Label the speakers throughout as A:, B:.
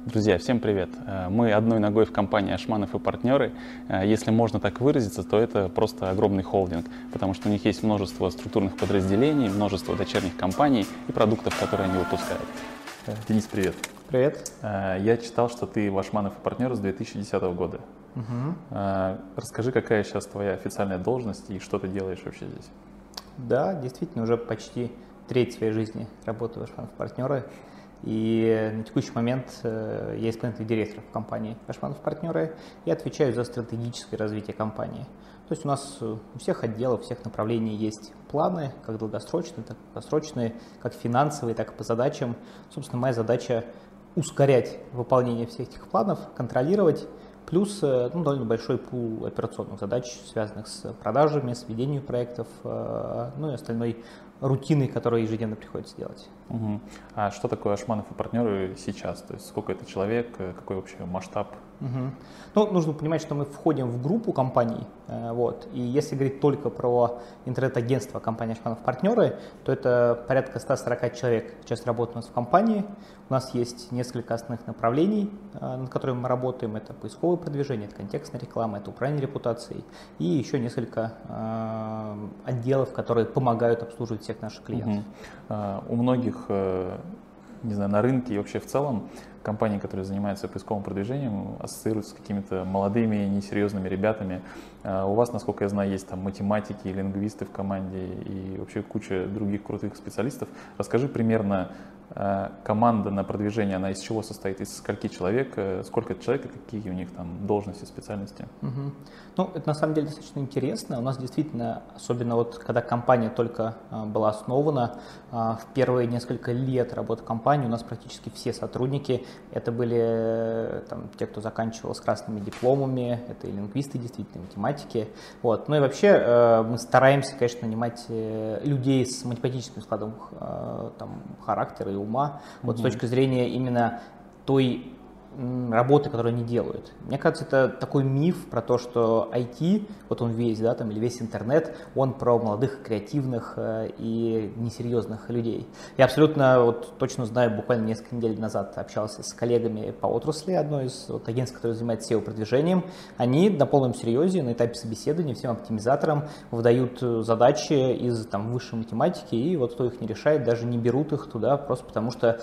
A: Друзья, всем привет! Мы одной ногой в компании Ашманов и партнеры. Если можно так выразиться, то это просто огромный холдинг, потому что у них есть множество структурных подразделений, множество дочерних компаний и продуктов, которые они выпускают. Денис, привет!
B: Привет!
A: Я читал, что ты в Ашманов и партнеры с 2010 года. Расскажи, какая сейчас твоя официальная должность и что ты делаешь вообще здесь?
B: Да, действительно, уже почти треть своей жизни работаю в Ашманов и партнеры. И на текущий момент я исполнительный директор в компании Ашманов и партнеры и отвечаю за стратегическое развитие компании. То есть у нас у всех отделов, всех направлений есть планы, как долгосрочные, так и краткосрочные, как финансовые, так и по задачам. Собственно, моя задача ускорять выполнение всех этих планов, контролировать, плюс довольно большой пул операционных задач, связанных с продажами, с ведением проектов, ну и остальной рутиной, которую ежедневно приходится делать.
A: А что такое Ашманов и партнеры сейчас? То есть сколько это человек, какой вообще масштаб?
B: Ну, нужно понимать, что мы входим в группу компаний, и если говорить только про интернет-агентство компании Ашманов партнеры, то это порядка 140 человек сейчас работают у нас в компании. У нас есть несколько основных направлений, над которыми мы работаем. Это поисковое продвижение, это контекстная реклама, это управление репутацией и еще несколько отделов, которые помогают обслуживать всех наших клиентов.
A: У многих, не знаю, на рынке и вообще в целом компании, которые занимаются поисковым продвижением, ассоциируются с какими-то молодыми, несерьезными ребятами. У вас, насколько я знаю, есть там математики, лингвисты в команде и вообще куча других крутых специалистов. Расскажи примерно, команда на продвижение, она из чего состоит, из скольки человек, сколько человек и какие у них там должности, специальности?
B: Ну, это на самом деле достаточно интересно. У нас действительно, особенно вот когда компания только была основана, в первые несколько лет работы компании у нас практически все сотрудники, это были там, те, кто заканчивал с красными дипломами, это и лингвисты, действительно, математики. Ну и вообще мы стараемся, конечно, нанимать людей с математическим складом там, характера и ума, с точки зрения именно той работы, которую они делают. Мне кажется, это такой миф про то, что IT, вот он весь, да, там, или весь интернет, он про молодых, креативных и несерьезных людей. Я абсолютно точно знаю, буквально несколько недель назад общался с коллегами по отрасли, одной из агентств, которая занимается SEO-продвижением. Они на полном серьезе на этапе собеседования всем оптимизаторам выдают задачи из там, высшей математики, и кто их не решает, даже не берут их туда, просто потому что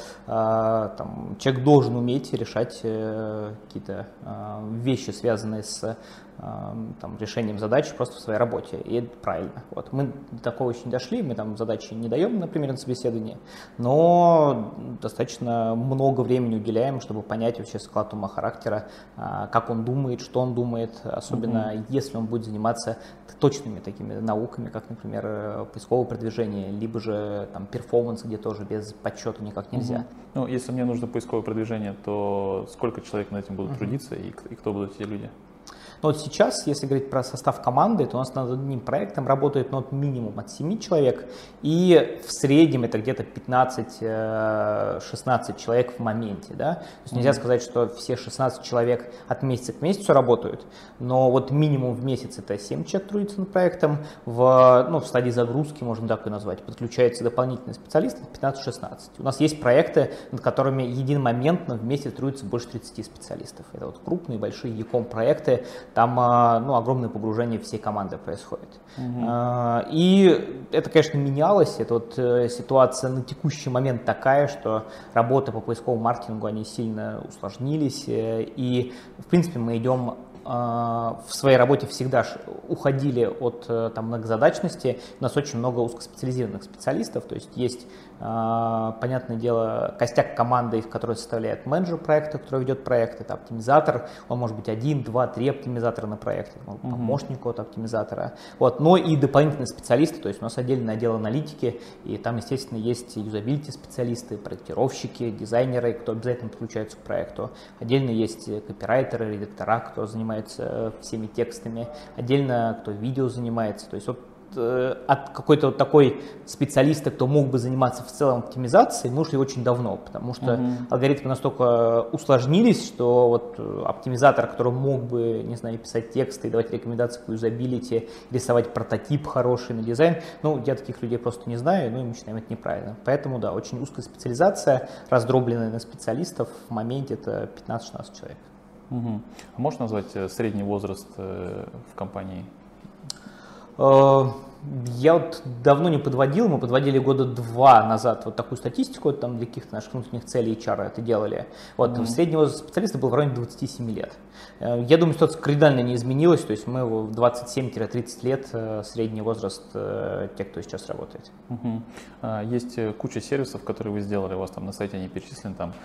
B: там, человек должен уметь решать какие-то вещи, связанные с решением задач просто в своей работе, и это правильно. Мы до такого еще не дошли, мы там задачи не даем, например, на собеседование, но достаточно много времени уделяем, чтобы понять вообще склад ума, характера, как он думает, что он думает, особенно если он будет заниматься точными такими науками, как, например, поисковое продвижение, либо же там перформанс, где тоже без подсчета никак нельзя.
A: Ну, если мне нужно поисковое продвижение, то сколько человек над этим будут трудиться и кто будут эти люди?
B: Но сейчас, если говорить про состав команды, то у нас над одним проектом работает минимум от 7 человек, и в среднем это где-то 15-16 человек в моменте. Да? То есть нельзя сказать, что все 16 человек от месяца к месяцу работают, но минимум в месяц это 7 человек трудится над проектом, в стадии загрузки, можно так и назвать, подключаются дополнительные специалисты, 15-16. У нас есть проекты, над которыми единомоментно в месяц трудится больше 30 специалистов. Это крупные, большие e-com проекты. Там огромное погружение всей команды происходит. И это, конечно, менялось. Это ситуация на текущий момент такая, что работа по поисковому маркетингу, они сильно усложнились. И, в принципе, мы идем в своей работе всегда уходили от многозадачности. У нас очень много узкоспециализированных специалистов, то есть понятное дело, костяк команды, который составляет менеджер проекта, который ведет проект, это оптимизатор, он может быть 1, 2, 3 оптимизатора на проекте, помощник от оптимизатора, но и дополнительные специалисты, то есть у нас отдельный отдел аналитики, и там, естественно, есть юзабилити специалисты, проектировщики, дизайнеры, кто обязательно подключается к проекту, отдельно есть копирайтеры, редактора, кто занимается всеми текстами, отдельно кто видео занимается, то есть от какой-то вот такой специалиста, кто мог бы заниматься в целом оптимизацией, мы ушли очень давно, потому что алгоритмы настолько усложнились, что вот оптимизатор, который мог бы, не знаю, писать тексты, давать рекомендации по юзабилити, рисовать прототип хороший на дизайн, ну, я таких людей просто не знаю, ну, и мы считаем это неправильно. Поэтому, да, очень узкая специализация, раздробленная на специалистов, в моменте это 15-16 человек.
A: А можешь назвать средний возраст в компании?
B: Я вот давно не подводил, мы подводили года 2 назад вот такую статистику, там для каких-то наших внутренних целей HR это делали. Вот средний возраст специалиста был в районе 27 лет. Я думаю, ситуация кардинально не изменилась, то есть мы в 27-30 лет средний возраст тех, кто сейчас работает.
A: Есть куча сервисов, которые вы сделали, у вас там на сайте они перечислены, там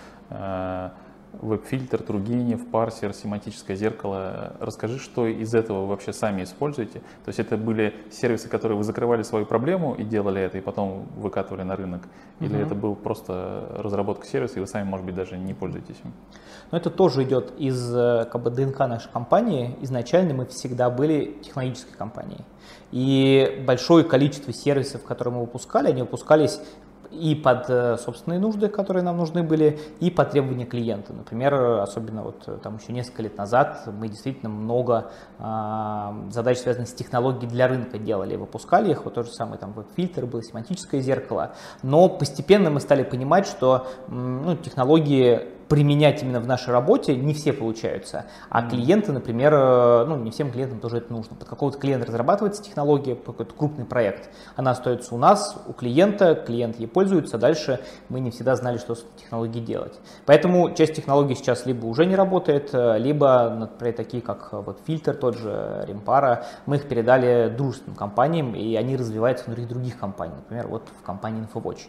A: веб-фильтр, Тургенев, парсер, семантическое зеркало. Расскажи, что из этого вы вообще сами используете? То есть это были сервисы, которые вы закрывали свою проблему и делали это, и потом выкатывали на рынок? Или это был просто разработка сервиса, и вы сами, может быть, даже не пользуетесь им?
B: Но это тоже идет из как бы, ДНК нашей компании. Изначально мы всегда были технологической компанией. И большое количество сервисов, которые мы выпускали, они выпускались и под собственные нужды, которые нам нужны были, и по требованию клиента. Например, особенно вот там еще несколько лет назад мы действительно много задач, связанных с технологией для рынка делали, выпускали их, вот то же самое там веб-фильтр был, семантическое зеркало, но постепенно мы стали понимать, что технологии применять именно в нашей работе не все получаются, а клиенты, например, не всем клиентам тоже это нужно. Под какого-то клиента разрабатывается технология, какой-то крупный проект, она остается у нас, у клиента, клиент ей пользуется, дальше мы не всегда знали, что с технологией делать. Поэтому часть технологий сейчас либо уже не работает, либо, например, такие как вот фильтр, тот же Римпара, мы их передали дружественным компаниям, и они развиваются внутри других компаний, например, вот в компании InfoWatch.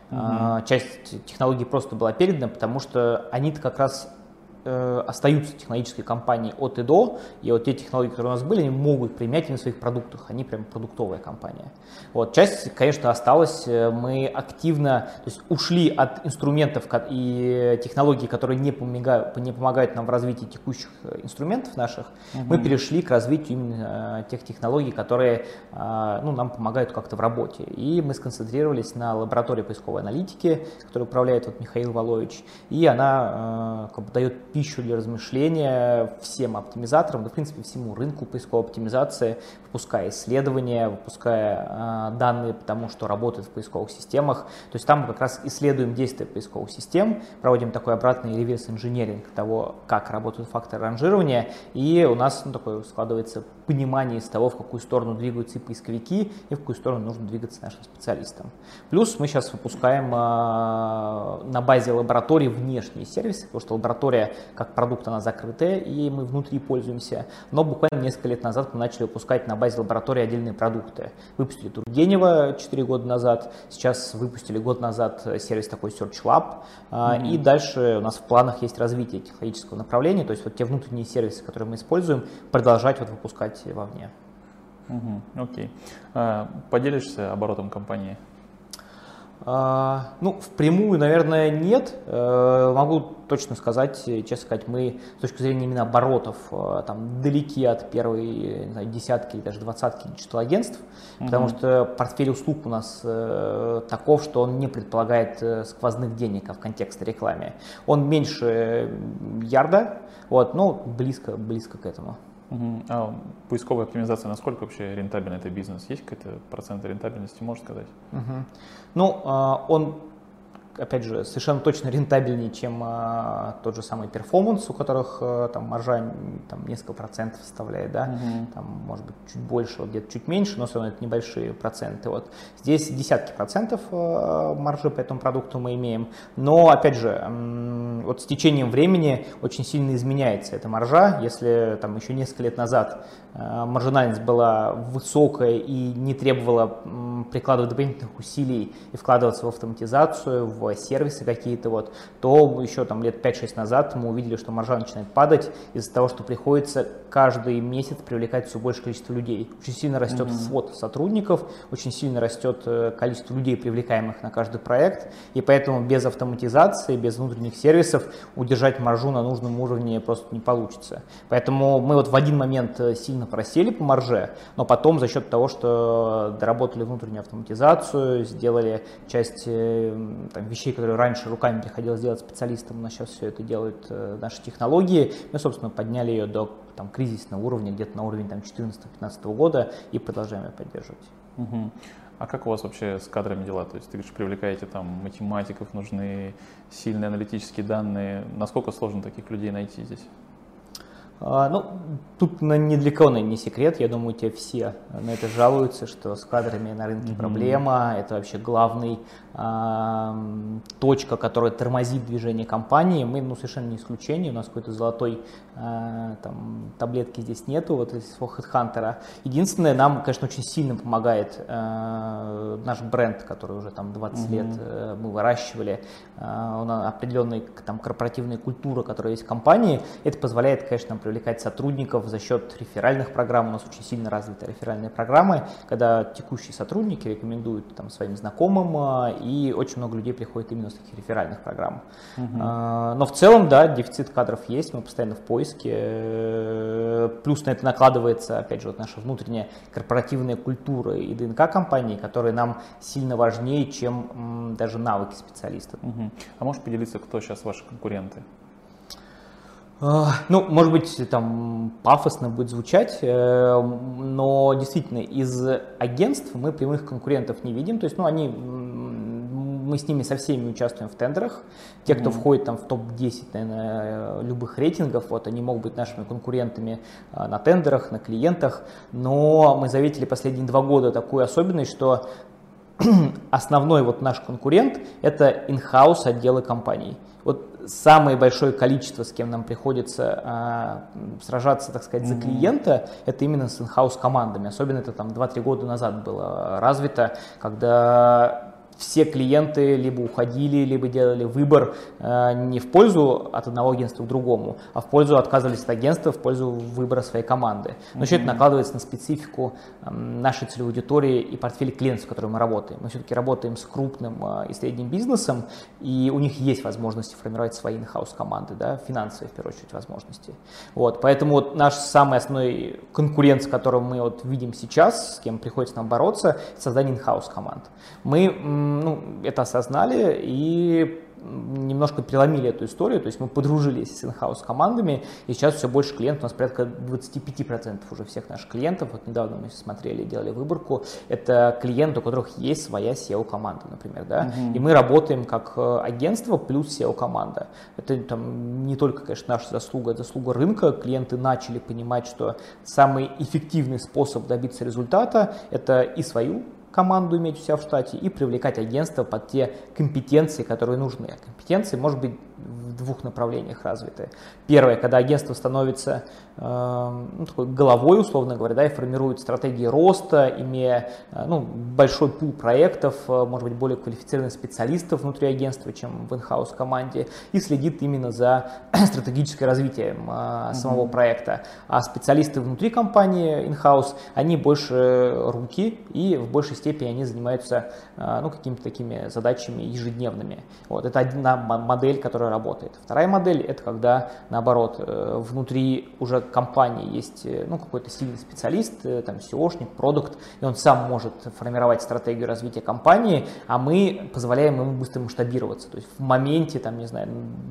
B: Часть технологий просто была передана, потому что они-то как раз остаются технологические компании от и до, и вот те технологии, которые у нас были, они могут применять на своих продуктах, они прям продуктовая компания. Вот, часть, конечно, осталась, мы активно, то есть ушли от инструментов и технологий, которые не помогают нам в развитии текущих инструментов наших, мы перешли к развитию именно тех технологий, которые нам помогают как-то в работе. И мы сконцентрировались на лаборатории поисковой аналитики, которую управляет вот Михаил Волович, и она дает пищу для размышления всем оптимизаторам, да, в принципе, всему рынку поисковой оптимизации, выпуская исследования, выпуская данные по тому, что работает в поисковых системах. То есть там мы как раз исследуем действия поисковых систем, проводим такой обратный реверс-инженеринг того, как работают факторы ранжирования, и у нас такое складывается понимание из того, в какую сторону двигаются и поисковики, и в какую сторону нужно двигаться нашим специалистам. Плюс мы сейчас выпускаем на базе лаборатории внешние сервисы, потому что лаборатория как продукт, она закрытая, и мы внутри пользуемся. Но буквально несколько лет назад мы начали выпускать на базе лаборатории отдельные продукты. Выпустили Тургенева 4 года назад, сейчас выпустили год назад сервис такой Search Lab, и дальше у нас в планах есть развитие технологического направления, то есть вот те внутренние сервисы, которые мы используем, продолжать вот выпускать вовне.
A: Окей. Поделишься оборотом компании?
B: Впрямую, наверное, нет. Могу точно сказать, честно сказать, мы с точки зрения именно оборотов там далеки от первой, не знаю, десятки или даже двадцатки диджитал агентств, потому что портфель услуг у нас таков, что он не предполагает сквозных денег в контексте рекламы. Он меньше ярда, но близко к этому.
A: А поисковая оптимизация, насколько вообще рентабельный это бизнес? Есть какой-то процент рентабельности, можешь сказать?
B: Он, опять же, совершенно точно рентабельнее, чем тот же самый перформанс, у которых там маржа там, несколько процентов составляет, да? Там, может быть, чуть больше, где-то чуть меньше, но все равно это небольшие проценты. Вот. Здесь десятки процентов маржи по этому продукту мы имеем, но, опять же, вот с течением времени очень сильно изменяется эта маржа. Если там еще несколько лет назад маржинальность была высокая и не требовала прикладывать дополнительных усилий и вкладываться в автоматизацию, в сервисы какие-то, вот, то еще там лет 5-6 назад мы увидели, что маржа начинает падать из-за того, что приходится каждый месяц привлекать все большее количество людей. Очень сильно растет свод сотрудников, очень сильно растет количество людей, привлекаемых на каждый проект, и поэтому без автоматизации, без внутренних сервисов удержать маржу на нужном уровне просто не получится. Поэтому мы вот в один момент сильно просели по марже, но потом за счет того, что доработали внутреннюю автоматизацию, сделали часть там, вещей, которые раньше руками приходилось делать специалистам, у нас сейчас все это делают наши технологии, мы, собственно, подняли ее до там, кризисного уровня, где-то на уровень 2014-2015 года и продолжаем ее поддерживать.
A: А как у вас вообще с кадрами дела? То есть ты говоришь, привлекаете там математиков, нужны сильные аналитические данные. Насколько сложно таких людей найти здесь?
B: Ну, тут ни для кого не секрет, я думаю, те все на это жалуются, что с кадрами на рынке проблема, это вообще главный точка, которая тормозит движение компании. Мы, совершенно не исключение, у нас какой-то золотой там, таблетки здесь нету, вот из HeadHunter. Единственное, нам, конечно, очень сильно помогает наш бренд, который уже там 20 лет мы выращивали, определенная там корпоративная культура, которая есть в компании. Это позволяет, конечно, нам привлекать сотрудников за счет реферальных программ. У нас очень сильно развиты реферальные программы, когда текущие сотрудники рекомендуют там, своим знакомым, и очень много людей приходит именно с таких реферальных программ. Но в целом, да, дефицит кадров есть, мы постоянно в поиске. Плюс на это накладывается, опять же, вот наша внутренняя корпоративная культура и ДНК компании, которые нам сильно важнее, чем даже навыки специалистов.
A: А можешь поделиться, кто сейчас ваши конкуренты?
B: Ну, может быть, там пафосно будет звучать, но действительно из агентств мы прямых конкурентов не видим. То есть, мы с ними со всеми участвуем в тендерах. Те, кто входит там в топ-10, наверное, любых рейтингов, вот, они могут быть нашими конкурентами на тендерах, на клиентах. Но мы заметили последние 2 года такую особенность, что основной вот наш конкурент – это in-house отделы компаний. Вот самое большое количество, с кем нам приходится сражаться, так сказать, за клиента, это именно с in-house командами. Особенно это там 2-3 года назад было развито, когда все клиенты либо уходили, либо делали выбор не в пользу от одного агентства к другому, а в пользу отказывались от агентства, в пользу выбора своей команды. Но все это накладывается на специфику нашей целевой аудитории и портфеля клиентов, с которыми мы работаем. Мы все-таки работаем с крупным и средним бизнесом, и у них есть возможности формировать свои in-house команды, да, финансовые, в первую очередь, возможности. Вот, поэтому вот наш самый основной конкурент, с которым мы вот видим сейчас, с кем приходится нам бороться, это создание in-house команд. Мы это осознали и немножко переломили эту историю, то есть мы подружились с in-house командами, и сейчас все больше клиентов, у нас порядка 25% уже всех наших клиентов, вот недавно мы смотрели, делали выборку, это клиенты, у которых есть своя SEO-команда, например, да, и мы работаем как агентство плюс SEO-команда. Это там не только, конечно, наша заслуга, это заслуга рынка, клиенты начали понимать, что самый эффективный способ добиться результата – это и свою команду иметь у себя в штате и привлекать агентство под те компетенции, которые нужны. Компетенции, может быть, в 2 направлениях развиты. Первое, когда агентство становится такой головой, условно говоря, да, и формирует стратегии роста, имея большой пул проектов, может быть, более квалифицированных специалистов внутри агентства, чем в in-house команде, и следит именно за стратегическим развитием самого проекта. А специалисты внутри компании in-house, они больше руки, и в большей степени они занимаются какими-то такими задачами ежедневными. Вот, это одна модель, которая работает. Вторая модель – это когда, наоборот, внутри уже компании есть какой-то сильный специалист, там, SEOшник, продукт, и он сам может формировать стратегию развития компании, а мы позволяем ему быстро масштабироваться. То есть в моменте, там, не знаю,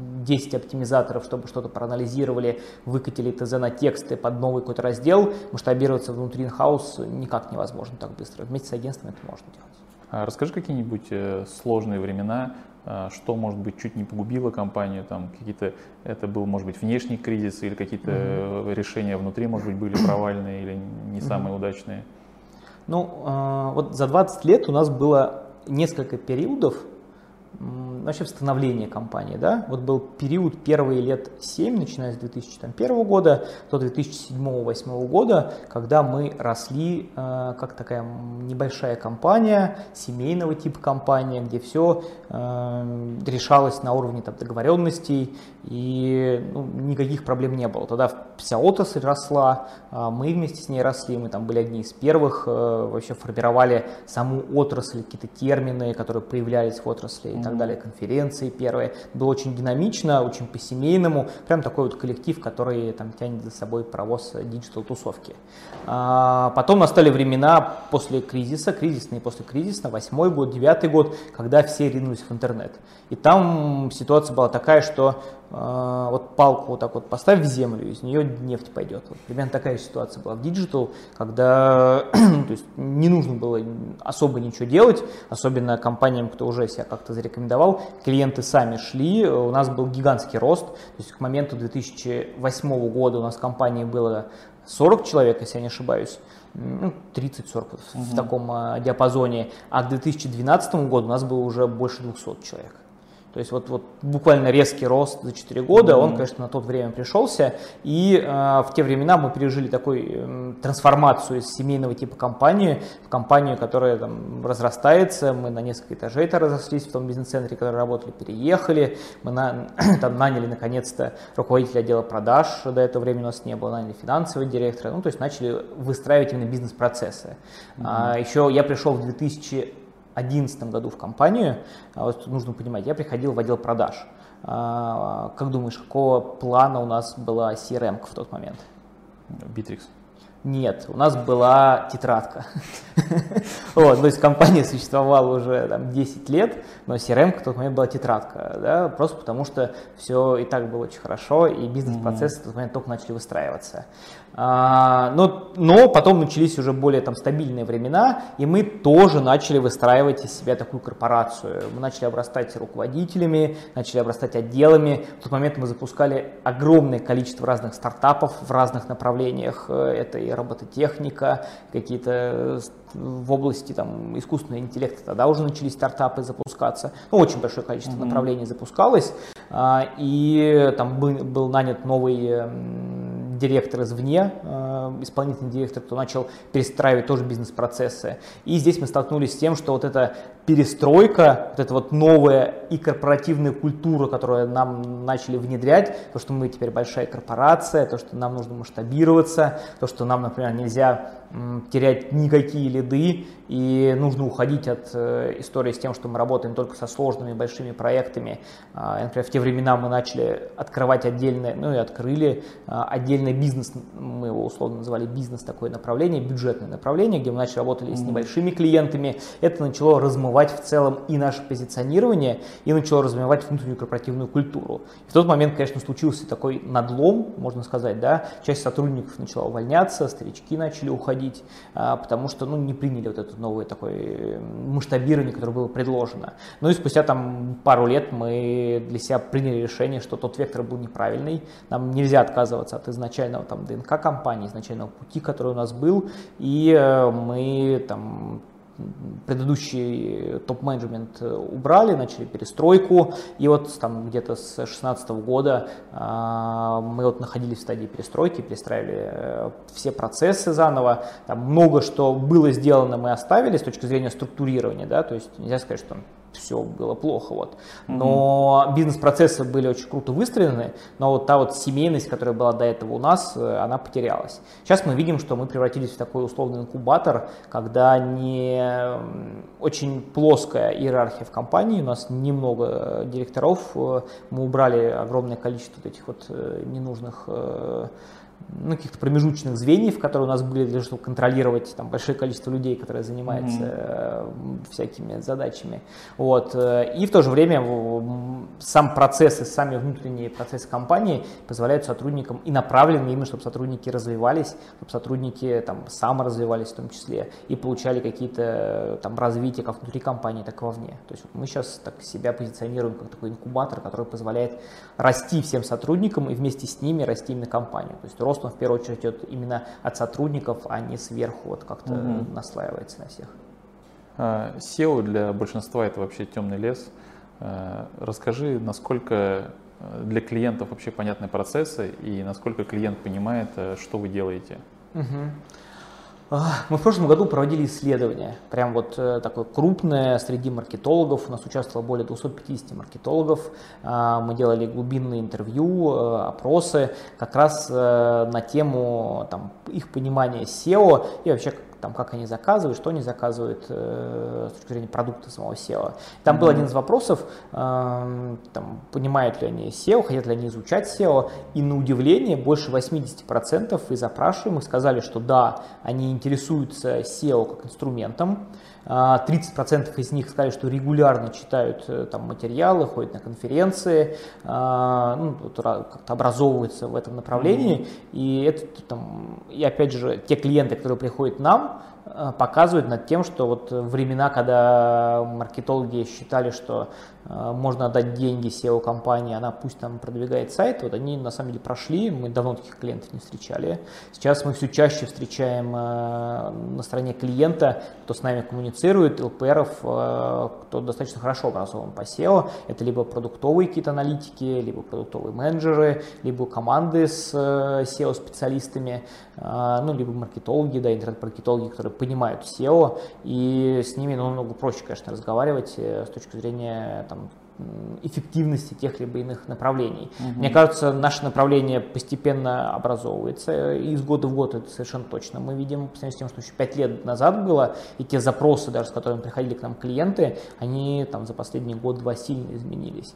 B: 10 оптимизаторов, чтобы что-то проанализировали, выкатили ТЗ на тексты под новый какой-то раздел, масштабироваться внутри in-house никак невозможно так быстро. Вместе с агентством это можно делать.
A: Расскажи какие-нибудь сложные времена, что, может быть, чуть не погубило компанию, там какие-то, это был, может быть, внешний кризис или какие-то решения внутри, может быть, были провальные или не самые удачные?
B: Вот за 20 лет у нас было несколько периодов, вообще в становлении компании, да, вот был период первые лет 7, начиная с 2001 года до 2007-2008 года, когда мы росли как такая небольшая компания, семейного типа компания, где все решалось на уровне там, договоренностей, и никаких проблем не было. Тогда вся отрасль росла, мы вместе с ней росли, мы там были одни из первых, вообще формировали саму отрасль, какие-то термины, которые появлялись в отрасли и так далее, конференции первые. Было очень динамично, очень по-семейному, прям такой вот коллектив, который там тянет за собой паровоз диджитал-тусовки. Потом настали времена после кризиса, кризисные и после кризиса, 8-й год, 9-й год, когда все ринулись в интернет. И там ситуация была такая, что вот палку вот так вот поставь в землю, из нее нефть пойдет. Вот примерно такая ситуация была в диджитал, когда то есть не нужно было особо ничего делать, особенно компаниям, кто уже себя как-то зарекомендовал. Клиенты сами шли, у нас был гигантский рост. То есть к моменту 2008 года у нас в компании было 40 человек, если я не ошибаюсь. 30-40 в таком диапазоне, а к 2012 году у нас было уже больше 200 человек. То есть вот буквально резкий рост за 4 года, он, конечно, на тот время пришелся, и в те времена мы пережили такую трансформацию из семейного типа компании в компанию, которая там разрастается, мы на несколько этажей разрослись в том бизнес-центре, который работали, переехали, мы там наняли наконец-то руководителя отдела продаж, до этого времени у нас не было, наняли финансового директора, то есть начали выстраивать именно бизнес-процессы. Еще я пришел в 2011 году в компанию, вот нужно понимать, я приходил в отдел продаж. Как думаешь, какого плана у нас была CRM в тот момент?
A: Bittrex.
B: Нет, у нас была тетрадка. То есть компания существовала уже там, 10 лет, но CRM в тот момент была тетрадка, да, просто потому что все и так было очень хорошо, и бизнес-процессы в тот момент только начали выстраиваться. Но потом начались уже более там, стабильные времена, и мы тоже начали выстраивать из себя такую корпорацию. Мы начали обрастать руководителями, начали обрастать отделами. В тот момент мы запускали огромное количество разных стартапов в разных направлениях. Это и робототехника, какие-то в области там, искусственного интеллекта. Тогда уже начались стартапы запускаться. Очень большое количество направлений запускалось. И там был нанят новый директор извне, исполнительный директор, кто начал перестраивать тоже бизнес-процессы. И здесь мы столкнулись с тем, что вот эта перестройка, вот эта вот новая и корпоративная культура, которую нам начали внедрять, то, что мы теперь большая корпорация, то, что нам нужно масштабироваться, то, что нам, например, нельзя терять никакие лиды, и нужно уходить от истории с тем, что мы работаем только со сложными большими проектами. Например, в те времена мы начали открывать отдельное, и открыли отдельный бизнес, мы его условно называли бизнес, такое направление, бюджетное направление, где мы начали работать с небольшими клиентами. Это начало размывать в целом и наше позиционирование, и начало развивать внутреннюю корпоративную культуру. И в тот момент, конечно, случился такой надлом, можно сказать, да, часть сотрудников начала увольняться, старички начали уходить, потому что не приняли вот это новое такое масштабирование, которое было предложено. И спустя там пару лет мы для себя приняли решение, что тот вектор был неправильный, нам нельзя отказываться от изначального там ДНК компании, изначального пути, который у нас был, и мы там предыдущий топ-менеджмент убрали, начали перестройку, и вот там где-то с 2016 года мы вот находились в стадии перестройки, перестраивали все процессы заново, там много что было сделано, мы оставили с точки зрения структурирования, да, то есть нельзя сказать, что все было плохо, но бизнес-процессы были очень круто выстроены, но вот та вот семейность, которая была до этого у нас, она потерялась. Сейчас мы видим, что мы превратились в такой условный инкубатор, когда не очень плоская иерархия в компании, у нас немного директоров, мы убрали огромное количество этих вот ненужных каких-то промежуточных звеньев, которые у нас были для того, чтобы контролировать там, большое количество людей, которые занимаются всякими задачами. И в то же время сам процесс и сами внутренние процессы компании позволяют сотрудникам и направлены именно, чтобы сотрудники развивались, чтобы сотрудники там, саморазвивались в том числе и получали какие-то там развития как внутри компании, так и вовне. То есть мы сейчас так себя позиционируем как такой инкубатор, который позволяет расти всем сотрудникам и вместе с ними расти именно компанию. То есть рост, он в первую очередь идет именно от сотрудников, а не сверху как-то наслаивается на всех.
A: SEO для большинства это вообще темный лес. Расскажи, насколько для клиентов вообще понятны процессы и насколько клиент понимает, что вы делаете.
B: Мы в прошлом году проводили исследование, прям вот такое крупное среди маркетологов, у нас участвовало более 250 маркетологов, мы делали глубинные интервью, опросы как раз на тему там, их понимания SEO и вообще там, как они заказывают, что они заказывают с точки зрения продукта самого SEO. Там был один из вопросов, там, понимают ли они SEO, хотят ли они изучать SEO, и на удивление больше 80% из опрашиваемых сказали, что да, они интересуются SEO как инструментом, 30% из них сказали, что регулярно читают там, материалы, ходят на конференции, как-то образовываются в этом направлении. И опять же, те клиенты, которые приходят к нам, показывают над тем, что вот времена, когда маркетологи считали, что можно отдать деньги SEO-компании, она пусть там продвигает сайт, вот они на самом деле прошли, мы давно таких клиентов не встречали. Сейчас мы все чаще встречаем на стороне клиента, кто с нами коммуницирует, ЛПРов, кто достаточно хорошо образован по SEO. Это либо продуктовые какие-то аналитики, либо продуктовые менеджеры, либо команды с SEO-специалистами, либо маркетологи, да, интернет-маркетологи, которые понимают SEO, и с ними намного проще, конечно, разговаривать с точки зрения там, эффективности тех либо иных направлений. Мне кажется, наше направление постепенно образовывается, и из года в год это совершенно точно. Мы видим, по сравнению с тем, что еще 5 лет назад было, и те запросы, даже с которыми приходили к нам клиенты, они там, за последний год-два сильно изменились.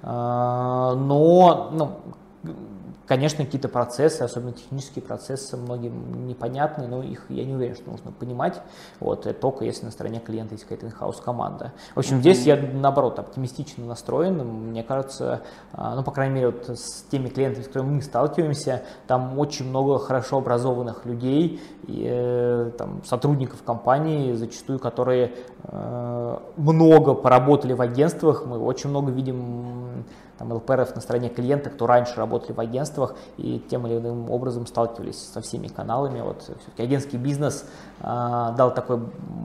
B: Конечно, какие-то процессы, особенно технические процессы, многим непонятны, но их, я не уверен, что нужно понимать, только если на стороне клиента есть какая-то in-house команда. В общем, здесь я, наоборот, оптимистично настроен. Мне кажется, по крайней мере, вот с теми клиентами, с которыми мы сталкиваемся, там очень много хорошо образованных людей, и, там, сотрудников компании, зачастую, которые много поработали в агентствах. Мы очень много видим там, ЛПРов на стороне клиента, кто раньше работали в агентствах и тем или иным образом сталкивались со всеми каналами. Все-таки агентский бизнес дал такой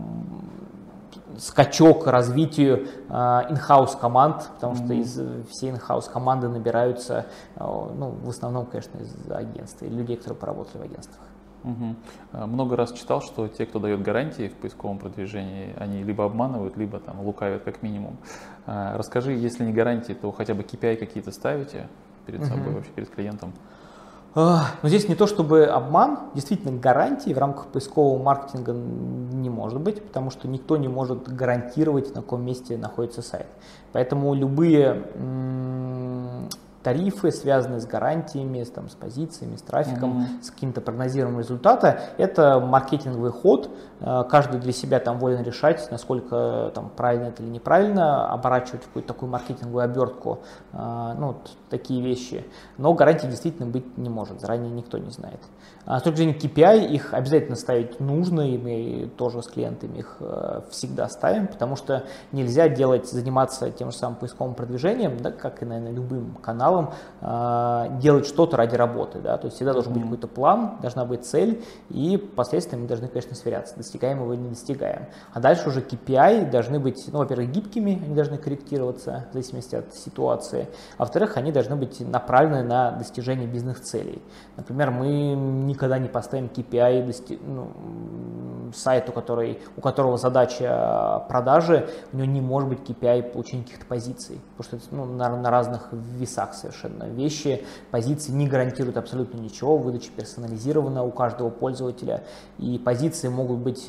B: скачок развитию in-house команд, потому что все in-house команды набираются, в основном, конечно, из агентств, и людей, которые поработали в агентствах.
A: Много раз читал, что те, кто дает гарантии в поисковом продвижении, они либо обманывают, либо там лукавят как минимум. Расскажи, если не гарантии, то хотя бы KPI какие-то ставите перед собой, вообще перед клиентом?
B: Но здесь не то чтобы обман, действительно гарантии в рамках поискового маркетинга не может быть, потому что никто не может гарантировать, на каком месте находится сайт. Поэтому любые тарифы, связанные с гарантиями, с позициями, с трафиком, с каким-то прогнозированием результата, это маркетинговый ход. Каждый для себя там волен решать, насколько там, правильно это или неправильно, оборачивать в какую-то такую маркетинговую обертку, такие вещи. Но гарантий действительно быть не может, заранее никто не знает. С точки зрения KPI их обязательно ставить нужно, и мы тоже с клиентами их всегда ставим, потому что нельзя заниматься тем же самым поисковым продвижением, да, как и, наверное, любым каналом, делать что-то ради работы. Да? То есть всегда должен быть какой-то план, должна быть цель, и последствия мы должны, конечно, сверяться, достигаем его или не достигаем. А дальше уже KPI должны быть, во-первых, гибкими, они должны корректироваться в зависимости от ситуации, а во-вторых, они должны быть направлены на достижение бизнес-целей. Например, мы никогда не поставим KPI сайту, у которого задача продажи, у него не может быть KPI получения каких-то позиций, потому что это на разных весах совершенно вещи. Позиции не гарантируют абсолютно ничего, выдача персонализирована у каждого пользователя, и позиции могут быть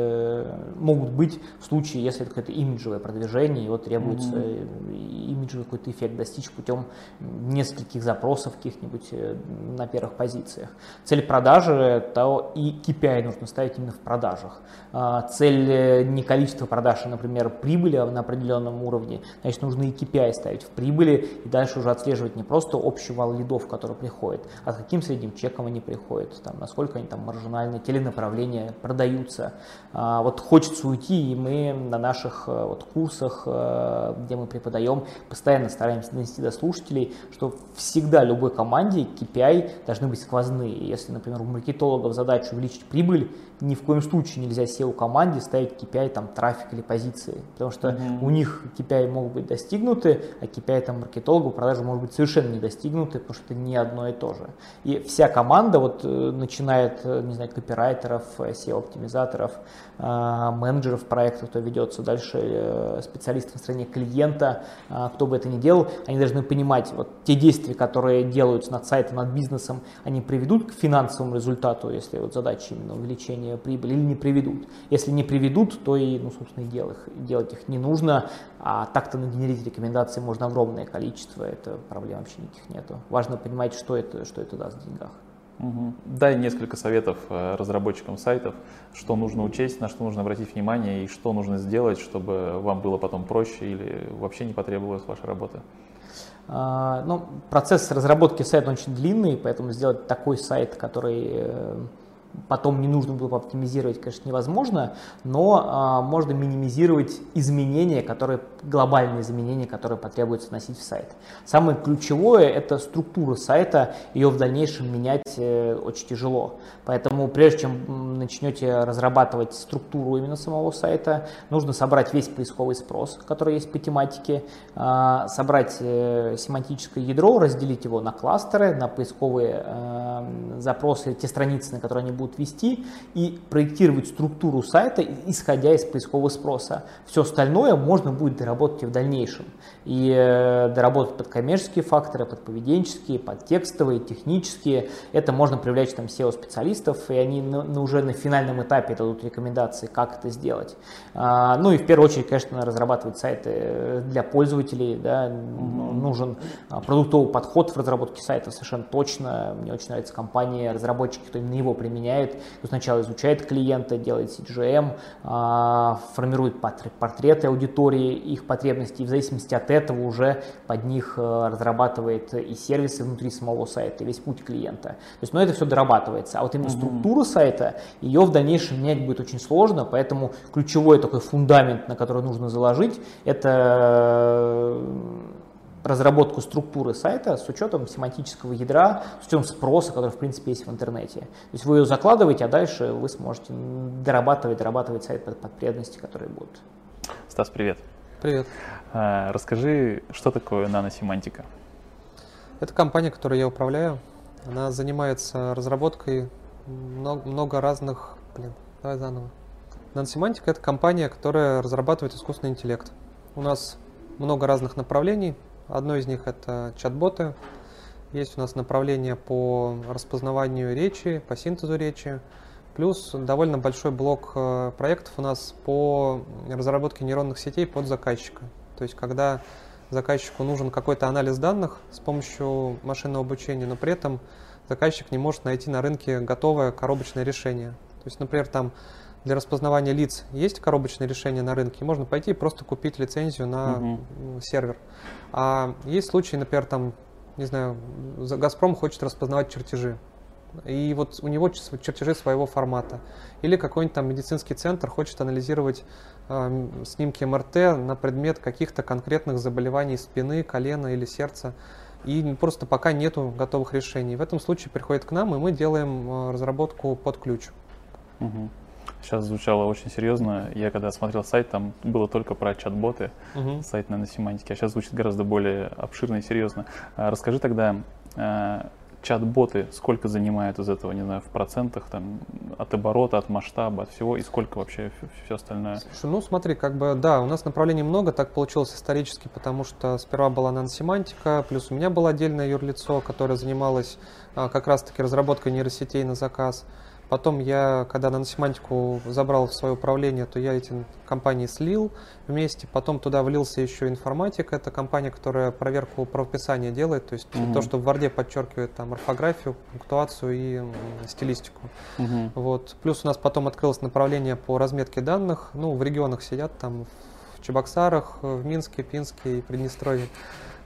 B: в случае, если это какое-то имиджевое продвижение, и требуется имиджевый какой-то эффект достичь путем нескольких запросов каких-нибудь на первых позициях. Цель продажи, то и KPI нужно ставить именно в продажах. Цель не количество продаж, а, например, прибыли на определенном уровне, значит, нужно и KPI ставить в прибыли, и дальше уже отслеживать отслеживать не просто общий вал лидов, который приходит, а с каким средним чеком они приходят, там, насколько они там маржинальные, те ли направления продаются. Вот хочется уйти, и мы на наших вот курсах, где мы преподаем, постоянно стараемся донести до слушателей, что всегда любой команде KPI должны быть сквозные. Если, например, у маркетологов задача увеличить прибыль, ни в коем случае нельзя SEO-команде ставить KPI там трафик или позиции, потому что у них KPI могут быть достигнуты, а KPI там маркетологу продажи может быть совершенно не достигнуты, потому что это не одно и то же. И вся команда, вот начинает, не знаю, копирайтеров, SEO-оптимизаторов, менеджеров проектов, кто ведется, дальше специалистов на стороне клиента, кто бы это ни делал, они должны понимать, вот те действия, которые делаются над сайтом, над бизнесом, они приведут к финансовому результату, если вот задача именно увеличения прибыли, или не приведут. Если не приведут, то и, ну, собственно, делать их не нужно, а так-то нагенерить рекомендаций можно огромное количество, это проблем вообще никаких нету. Важно понимать, что это даст в деньгах.
A: Дай несколько советов разработчикам сайтов, что нужно учесть, на что нужно обратить внимание и что нужно сделать, чтобы вам было потом проще или вообще не потребовалась ваша работа.
B: Ну, процесс разработки сайта очень длинный, поэтому сделать такой сайт, который потом не нужно было бы оптимизировать, конечно, невозможно, но можно минимизировать изменения, глобальные изменения, которые потребуется вносить в сайт. Самое ключевое – это структура сайта, ее в дальнейшем менять очень тяжело. Поэтому прежде чем начнете разрабатывать структуру именно самого сайта, нужно собрать весь поисковый спрос, который есть по тематике, собрать семантическое ядро, разделить его на кластеры, на поисковые запросы, те страницы, на которые они будут вести, и проектировать структуру сайта, исходя из поискового спроса. Все остальное можно будет доработать и в дальнейшем. И доработать под коммерческие факторы, под поведенческие, под текстовые, технические. Это можно привлечь там SEO-специалистов, и они уже на финальном этапе дадут рекомендации, как это сделать. Ну и в первую очередь, конечно, разрабатывать сайты для пользователей. Да, нужен продуктовый подход в разработке сайта совершенно точно. Мне очень нравится компания, разработчики, кто именно его применяет. Кто сначала изучает клиента, делает CGM, формирует портреты аудитории, их потребностей, и в зависимости от этого уже под них разрабатывает и сервисы внутри самого сайта, и весь путь клиента. То есть, но это все дорабатывается. А вот именно структура сайта, ее в дальнейшем менять будет очень сложно, поэтому ключевой такой фундамент, на который нужно заложить, это разработку структуры сайта с учетом семантического ядра, с учетом спроса, который в принципе есть в интернете. То есть вы ее закладываете, а дальше вы сможете дорабатывать сайт под потребности, которые будут.
A: Стас, привет.
C: Привет.
A: Расскажи, что такое наносемантика?
C: Это компания, которой я управляю. Она занимается разработкой много разных... Давай заново. Наносемантика — это компания, которая разрабатывает искусственный интеллект. У нас много разных направлений. Одно из них — это чат-боты. Есть у нас направление по распознаванию речи, по синтезу речи. Плюс довольно большой блок проектов у нас по разработке нейронных сетей под заказчика. То есть когда заказчику нужен какой-то анализ данных с помощью машинного обучения, но при этом заказчик не может найти на рынке готовое коробочное решение. То есть, например, там для распознавания лиц есть коробочное решение на рынке, можно пойти и просто купить лицензию на сервер. А есть случаи, например, там, не знаю, Газпром хочет распознавать чертежи, и вот у него чертежи своего формата. Или какой-нибудь там медицинский центр хочет анализировать снимки МРТ на предмет каких-то конкретных заболеваний спины, колена или сердца. И просто пока нету готовых решений. В этом случае приходит к нам, и мы делаем разработку под ключ.
A: Сейчас звучало очень серьезно. Я когда смотрел сайт, там было только про чат-боты, сайт наносемантики, а сейчас звучит гораздо более обширно и серьезно. Расскажи тогда, чат-боты сколько занимают из этого, не знаю, в процентах, там, от оборота, от масштаба, от всего, и сколько вообще все остальное?
C: Слушай, ну смотри, как бы, да, у нас направлений много, так получилось исторически, потому что сперва была наносемантика, плюс у меня было отдельное юрлицо, которое занималось как раз-таки разработкой нейросетей на заказ. Потом я, когда наносемантику забрал в свое управление, то я эти компании слил вместе. Потом туда влился еще информатик. Это компания, которая проверку правописания делает. То есть то, что в Word подчеркивает там орфографию, пунктуацию и стилистику. Вот. Плюс у нас потом открылось направление по разметке данных. Ну, в регионах сидят там в Чебоксарах, в Минске, Пинске и Приднестровье.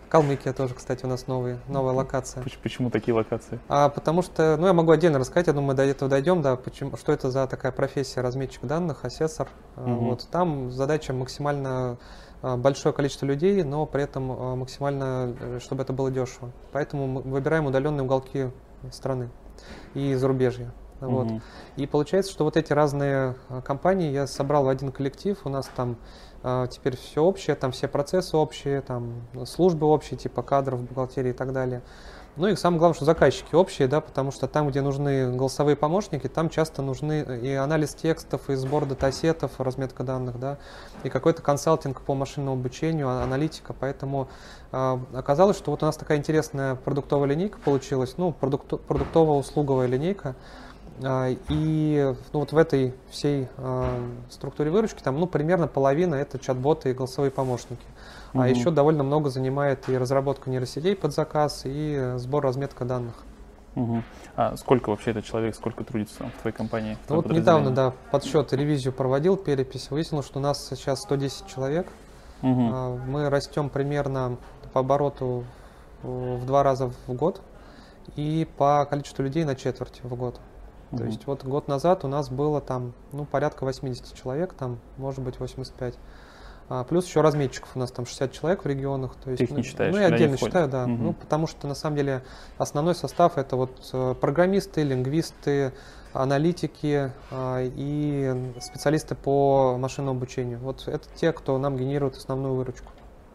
C: Калмыкия тоже, кстати, у нас новая локация.
A: Почему такие локации?
C: Потому что, я могу отдельно рассказать, я думаю, до этого дойдем, да, что это за такая профессия разметчик данных, асессор. Вот, там задача максимально большое количество людей, но при этом максимально, чтобы это было дешево. Поэтому мы выбираем удаленные уголки страны и зарубежья. Вот. И получается, что вот эти разные компании я собрал в один коллектив, у нас там теперь все общее, там все процессы общие, там службы общие, типа кадров, бухгалтерии и так далее. Ну и самое главное, что заказчики общие, да, потому что там, где нужны голосовые помощники, там часто нужны и анализ текстов, и сбор датасетов, разметка данных, да, и какой-то консалтинг по машинному обучению, аналитика. Поэтому оказалось, что вот у нас такая интересная продуктовая линейка получилась, продуктово-услуговая линейка. И вот в этой всей структуре выручки там примерно половина это чат-боты и голосовые помощники. А еще довольно много занимает и разработка нейросетей под заказ, и сбор, разметка данных.
A: А сколько вообще этот человек, сколько трудится в твоей компании?
C: Вот недавно, да, подсчет, ревизию проводил, перепись, выяснилось, что у нас сейчас 110 человек. Мы растем примерно по обороту в 2 раза в год и по количеству людей на четверть в год. То есть вот год назад у нас было там порядка 80 человек, там может быть 85. Плюс еще разметчиков у нас там 60 человек в регионах. То есть,
A: ты их не считаешь?
C: Я отдельно считаю, да. Потому что на самом деле основной состав это вот программисты, лингвисты, аналитики и специалисты по машинному обучению. Вот это те, кто нам генерирует основную выручку.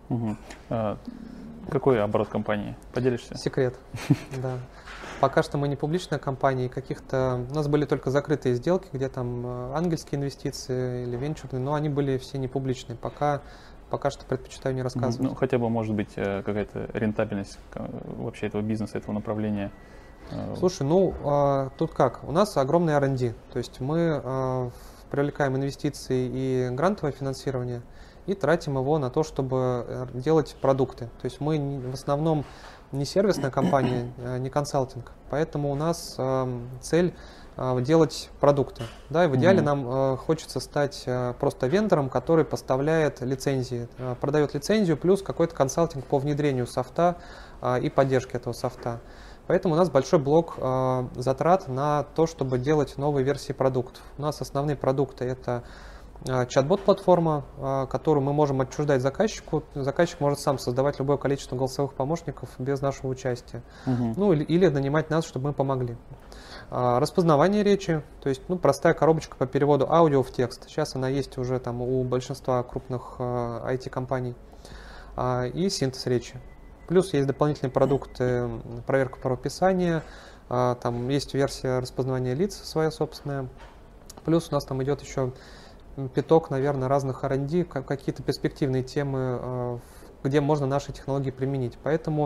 A: Какой оборот компании? Поделишься?
C: Секрет, да. Пока что мы не публичная компания, у нас были только закрытые сделки, где там ангельские инвестиции или венчурные, но они были все не публичные. Пока что предпочитаю не рассказывать.
A: Хотя бы, может быть, какая-то рентабельность вообще этого бизнеса, этого направления.
C: Слушай, тут как? У нас огромный R&D, то есть мы привлекаем инвестиции и грантовое финансирование и тратим его на то, чтобы делать продукты. То есть мы в основном не сервисная компания, не консалтинг, поэтому у нас цель делать продукты. Да, и в идеале нам хочется стать просто вендором, который поставляет лицензии, продает лицензию плюс какой-то консалтинг по внедрению софта и поддержке этого софта. Поэтому у нас большой блок затрат на то, чтобы делать новые версии продуктов. У нас основные продукты это чат-бот-платформа, которую мы можем отчуждать заказчику. Заказчик может сам создавать любое количество голосовых помощников без нашего участия. Или нанимать нас, чтобы мы помогли. Распознавание речи, то есть простая коробочка по переводу аудио в текст. Сейчас она есть уже там у большинства крупных IT-компаний. И синтез речи. Плюс есть дополнительные продукты, проверка правописания, там есть версия распознавания лиц своя собственная. Плюс у нас там идет еще пяток, наверное, разных R&D, какие-то перспективные темы, где можно наши технологии применить. Поэтому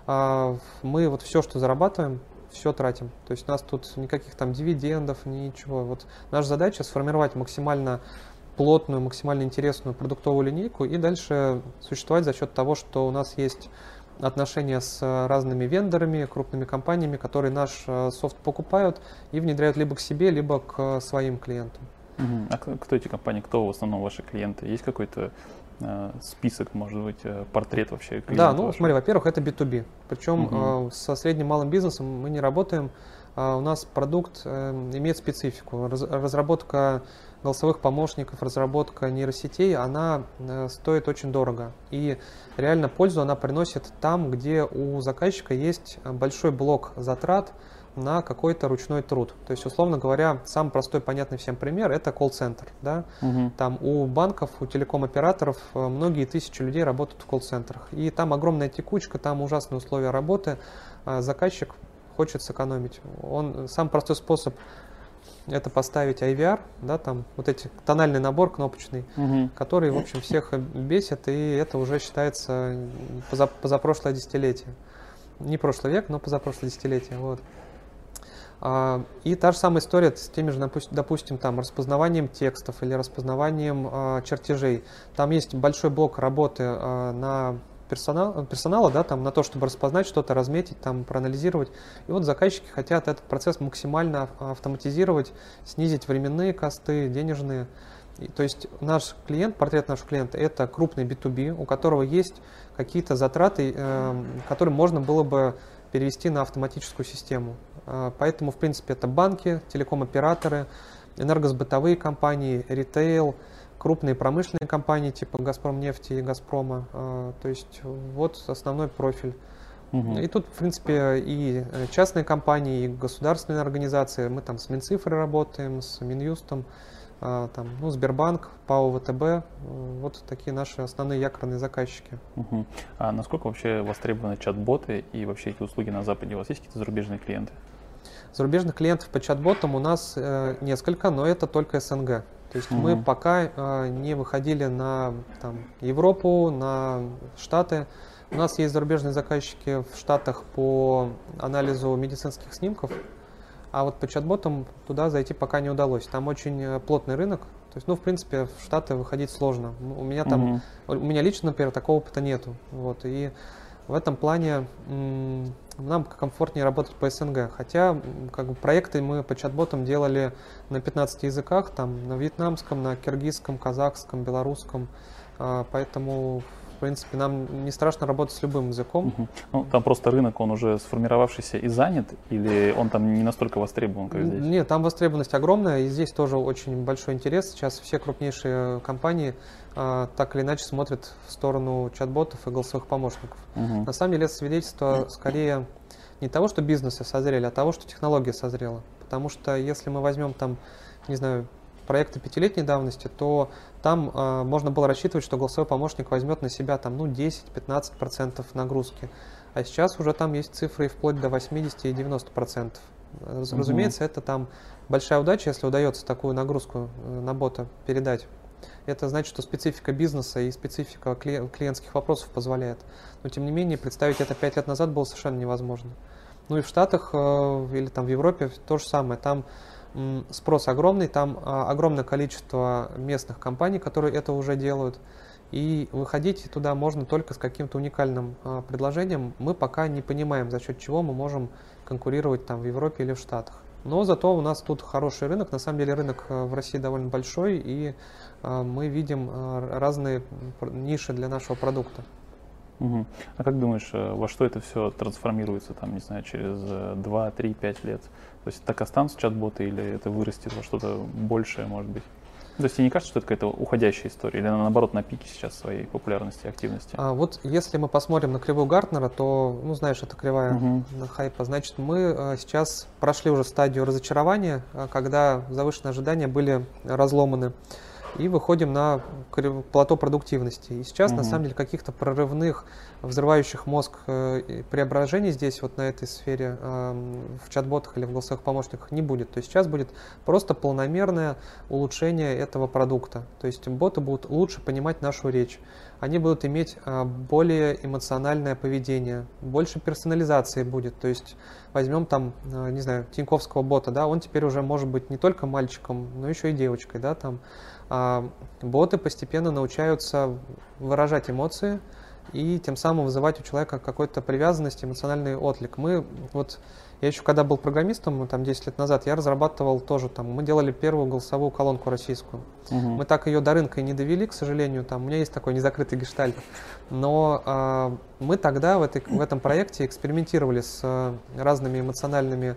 C: мы вот все, что зарабатываем, все тратим. То есть у нас тут никаких там дивидендов, ничего. Вот наша задача сформировать максимально плотную, максимально интересную продуктовую линейку и дальше существовать за счет того, что у нас есть отношения с разными вендорами, крупными компаниями, которые наш софт покупают и внедряют либо к себе, либо к своим клиентам.
A: А кто эти компании, кто в основном ваши клиенты? Есть какой-то список, может быть, портрет вообще клиента?
C: Да, смотри, во-первых, это B2B. Причем со средним малым бизнесом мы не работаем. У нас продукт имеет специфику. Разработка голосовых помощников, разработка нейросетей, она стоит очень дорого. И реально пользу она приносит там, где у заказчика есть большой блок затрат на какой-то ручной труд. То есть, условно говоря, самый простой, понятный всем пример – это колл-центр. Да? Там у банков, у телеком-операторов многие тысячи людей работают в колл-центрах. И там огромная текучка, там ужасные условия работы. Заказчик хочет сэкономить. Самый простой способ – это поставить IVR, да, там вот эти тональный набор кнопочный, который, в общем, всех бесит, и это уже считается позапрошлое десятилетие. Не прошлый век, но позапрошлое десятилетие. Вот. И та же самая история с теми же, допустим, там, распознаванием текстов или распознаванием чертежей. Там есть большой блок работы на персонала, да, там, на то, чтобы распознать что-то, разметить, там, проанализировать. И вот заказчики хотят этот процесс максимально автоматизировать, снизить временные косты, денежные. То есть наш клиент, портрет нашего клиента, это крупный B2B, у которого есть какие-то затраты, которые можно было бы перевести на автоматическую систему. Поэтому, в принципе, это банки, телеком-операторы, энергосбытовые компании, ритейл, крупные промышленные компании типа «Газпромнефти» и «Газпрома». То есть вот основной профиль. И тут, в принципе, и частные компании, и государственные организации. Мы там с Минцифрой работаем, с Минюстом, там, ну, Сбербанк, ПАО, ВТБ. Вот такие наши основные якорные заказчики.
A: А насколько вообще востребованы чат-боты и вообще эти услуги на Западе? У вас есть какие-то зарубежные клиенты?
C: Зарубежных клиентов по чат-ботам у нас несколько, но это только СНГ. То есть мы пока не выходили на там, Европу, на Штаты. У нас есть зарубежные заказчики в Штатах по анализу медицинских снимков, а вот по чат-ботам туда зайти пока не удалось. Там очень плотный рынок. То есть, ну, в принципе, в Штаты выходить сложно. У меня там, у меня лично, например, такого опыта нету. Вот, и в этом плане нам комфортнее работать по СНГ. Хотя как бы, проекты мы по чат-ботам делали на 15 языках, там, на вьетнамском, на киргизском, казахском, белорусском. Поэтому, в принципе, нам не страшно работать с любым языком.
A: Ну, там просто рынок, он уже сформировавшийся и занят, или он там не настолько востребован, как здесь?
C: Нет, там востребованность огромная, и здесь тоже очень большой интерес. Сейчас все крупнейшие компании так или иначе смотрят в сторону чат-ботов и голосовых помощников. На самом деле это свидетельство скорее не того, что бизнесы созрели, а того, что технология созрела. Потому что если мы возьмем там, не знаю, проекты 5-летней давности, то там можно было рассчитывать, что голосовой помощник возьмет на себя там, ну, 10-15% нагрузки. А сейчас уже там есть цифры вплоть до 80 и 90%. Разумеется, это там большая удача, если удается такую нагрузку на бота передать. Это значит, что специфика бизнеса и специфика клиентских вопросов позволяет. Но тем не менее, представить это 5 лет назад было совершенно невозможно. Ну и в Штатах или там в Европе то же самое. Там спрос огромный, там огромное количество местных компаний, которые это уже делают. И выходить туда можно только с каким-то уникальным предложением. Мы пока не понимаем, за счет чего мы можем конкурировать там в Европе или в Штатах. Но зато у нас тут хороший рынок. На самом деле рынок в России довольно большой, и мы видим разные ниши для нашего продукта.
A: А как думаешь, во что это все трансформируется, там, не знаю, через 2, 3, 5 лет? То есть так останутся чат-боты или это вырастет во что-то большее, может быть? То есть тебе не кажется, что это какая-то уходящая история, или она, наоборот, на пике сейчас своей популярности и активности?
C: Вот если мы посмотрим на кривую Гартнера, то, ну, знаешь, это кривая хайпа, значит, мы сейчас прошли уже стадию разочарования, когда завышенные ожидания были разломаны, и выходим на плато продуктивности. И сейчас, на самом деле, каких-то прорывных, взрывающих мозг преображений здесь, вот на этой сфере, в чат-ботах или в голосовых помощниках не будет. То есть сейчас будет просто полномерное улучшение этого продукта. То есть боты будут лучше понимать нашу речь. Они будут иметь более эмоциональное поведение, больше персонализации будет. То есть возьмем там, не знаю, тиньковского бота, да, он теперь уже может быть не только мальчиком, но еще и девочкой, да, там. Боты постепенно научаются выражать эмоции и тем самым вызывать у человека какую-то привязанность, эмоциональный отклик. Я еще когда был программистом, там 10 лет назад, я разрабатывал тоже, там, мы делали первую голосовую колонку российскую. Мы так ее до рынка и не довели, к сожалению, там, у меня есть такой незакрытый гештальт. Но мы тогда в этом проекте экспериментировали с разными эмоциональными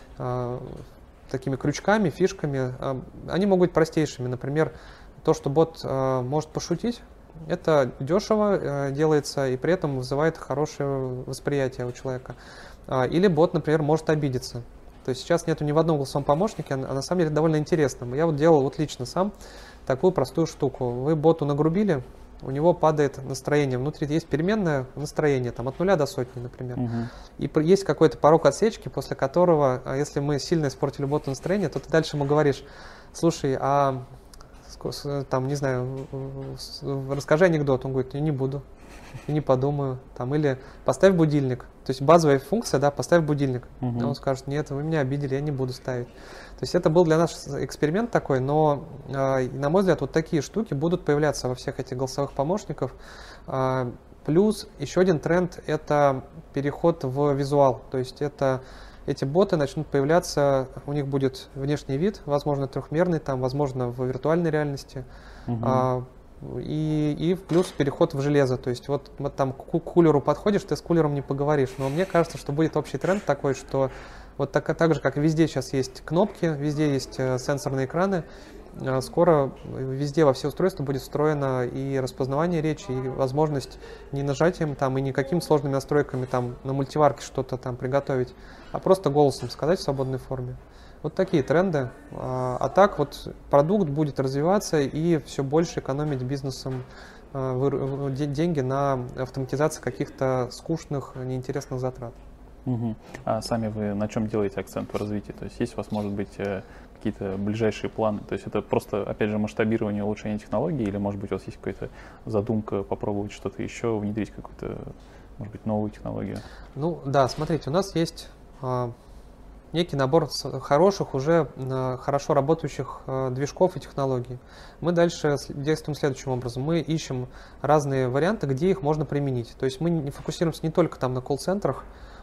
C: такими крючками, фишками. Они могут быть простейшими. Например, то, что бот может пошутить, это дешево делается и при этом вызывает хорошее восприятие у человека. Или бот, например, может обидеться. То есть сейчас нету ни в одном голосовом помощнике, а на самом деле довольно интересно. Я вот делал вот лично сам такую простую штуку. Вы боту нагрубили, у него падает настроение. Внутри есть переменное настроение, там, от 0 до 100, например. И есть какой-то порог отсечки, после которого, если мы сильно испортили боту настроение, то ты дальше ему говоришь: слушай, там, не знаю, расскажи анекдот. Он говорит: я не буду, я не подумаю. Там, или поставь будильник. То есть базовая функция, да, поставь будильник. И он скажет: нет, вы меня обидели, я не буду ставить. То есть это был для нас эксперимент такой, но, на мой взгляд, вот такие штуки будут появляться во всех этих голосовых помощников. Плюс еще один тренд – это переход в визуал. То есть это эти боты начнут появляться, у них будет внешний вид, возможно, трехмерный, там, возможно, в виртуальной реальности. И плюс переход в железо. То есть вот там к кулеру подходишь, ты с кулером не поговоришь. Но мне кажется, что будет общий тренд такой, что вот так же, как и везде сейчас есть кнопки, везде есть сенсорные экраны, скоро везде во все устройства будет встроено и распознавание речи, и возможность не нажатием там, и не какими сложными настройками там, на мультиварке что-то там приготовить, а просто голосом сказать в свободной форме. Вот такие тренды. А так вот продукт будет развиваться и все больше экономить бизнесом деньги на автоматизацию каких-то скучных, неинтересных затрат.
A: А сами вы на чем делаете акцент в развитии? То есть у вас, может быть, какие-то ближайшие планы? То есть это просто, опять же, масштабирование, улучшение технологий, или, может быть, у вас есть какая-то задумка попробовать что-то еще, внедрить какую-то, может быть, новую технологию?
C: Ну да, смотрите, у нас есть некий набор хороших, уже хорошо работающих движков и технологий. Мы дальше действуем следующим образом. Мы ищем разные варианты, где их можно применить. То есть мы не фокусируемся не только там на колл-центрах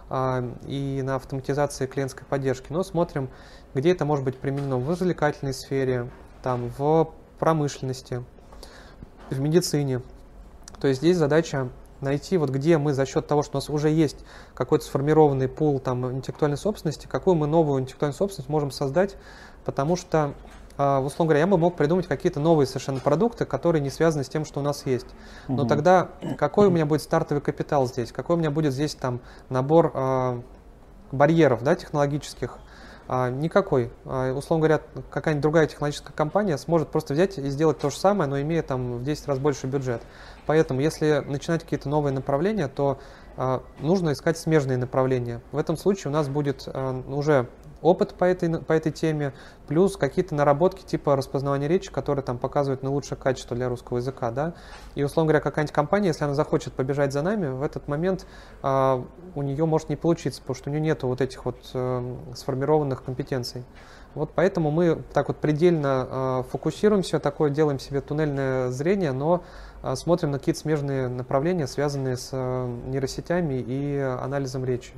C: и на автоматизации клиентской поддержки, но смотрим, где это может быть применено в развлекательной сфере, там, в промышленности, в медицине. То есть здесь задача найти, вот где мы за счет того, что у нас уже есть какой-то сформированный пул там, интеллектуальной собственности, какую мы новую интеллектуальную собственность можем создать, потому что, условно говоря, я бы мог придумать какие-то новые совершенно продукты, которые не связаны с тем, что у нас есть. Но тогда какой у меня будет стартовый капитал здесь, какой у меня будет здесь там набор барьеров, да, технологических? Никакой. Условно говоря, какая-нибудь другая технологическая компания сможет просто взять и сделать то же самое, но имея там в 10 раз больше бюджет. Поэтому, если начинать какие-то новые направления, то нужно искать смежные направления. В этом случае у нас будет уже опыт по этой теме, плюс какие-то наработки типа распознавания речи, которые там показывают наилучшее качество для русского языка. Да? И, условно говоря, какая-нибудь компания, если она захочет побежать за нами, в этот момент у нее может не получиться, потому что у нее нет вот этих вот сформированных компетенций. Вот поэтому мы так вот предельно фокусируемся, такое делаем себе туннельное зрение, но смотрим на какие-то смежные направления, связанные с нейросетями и анализом речи.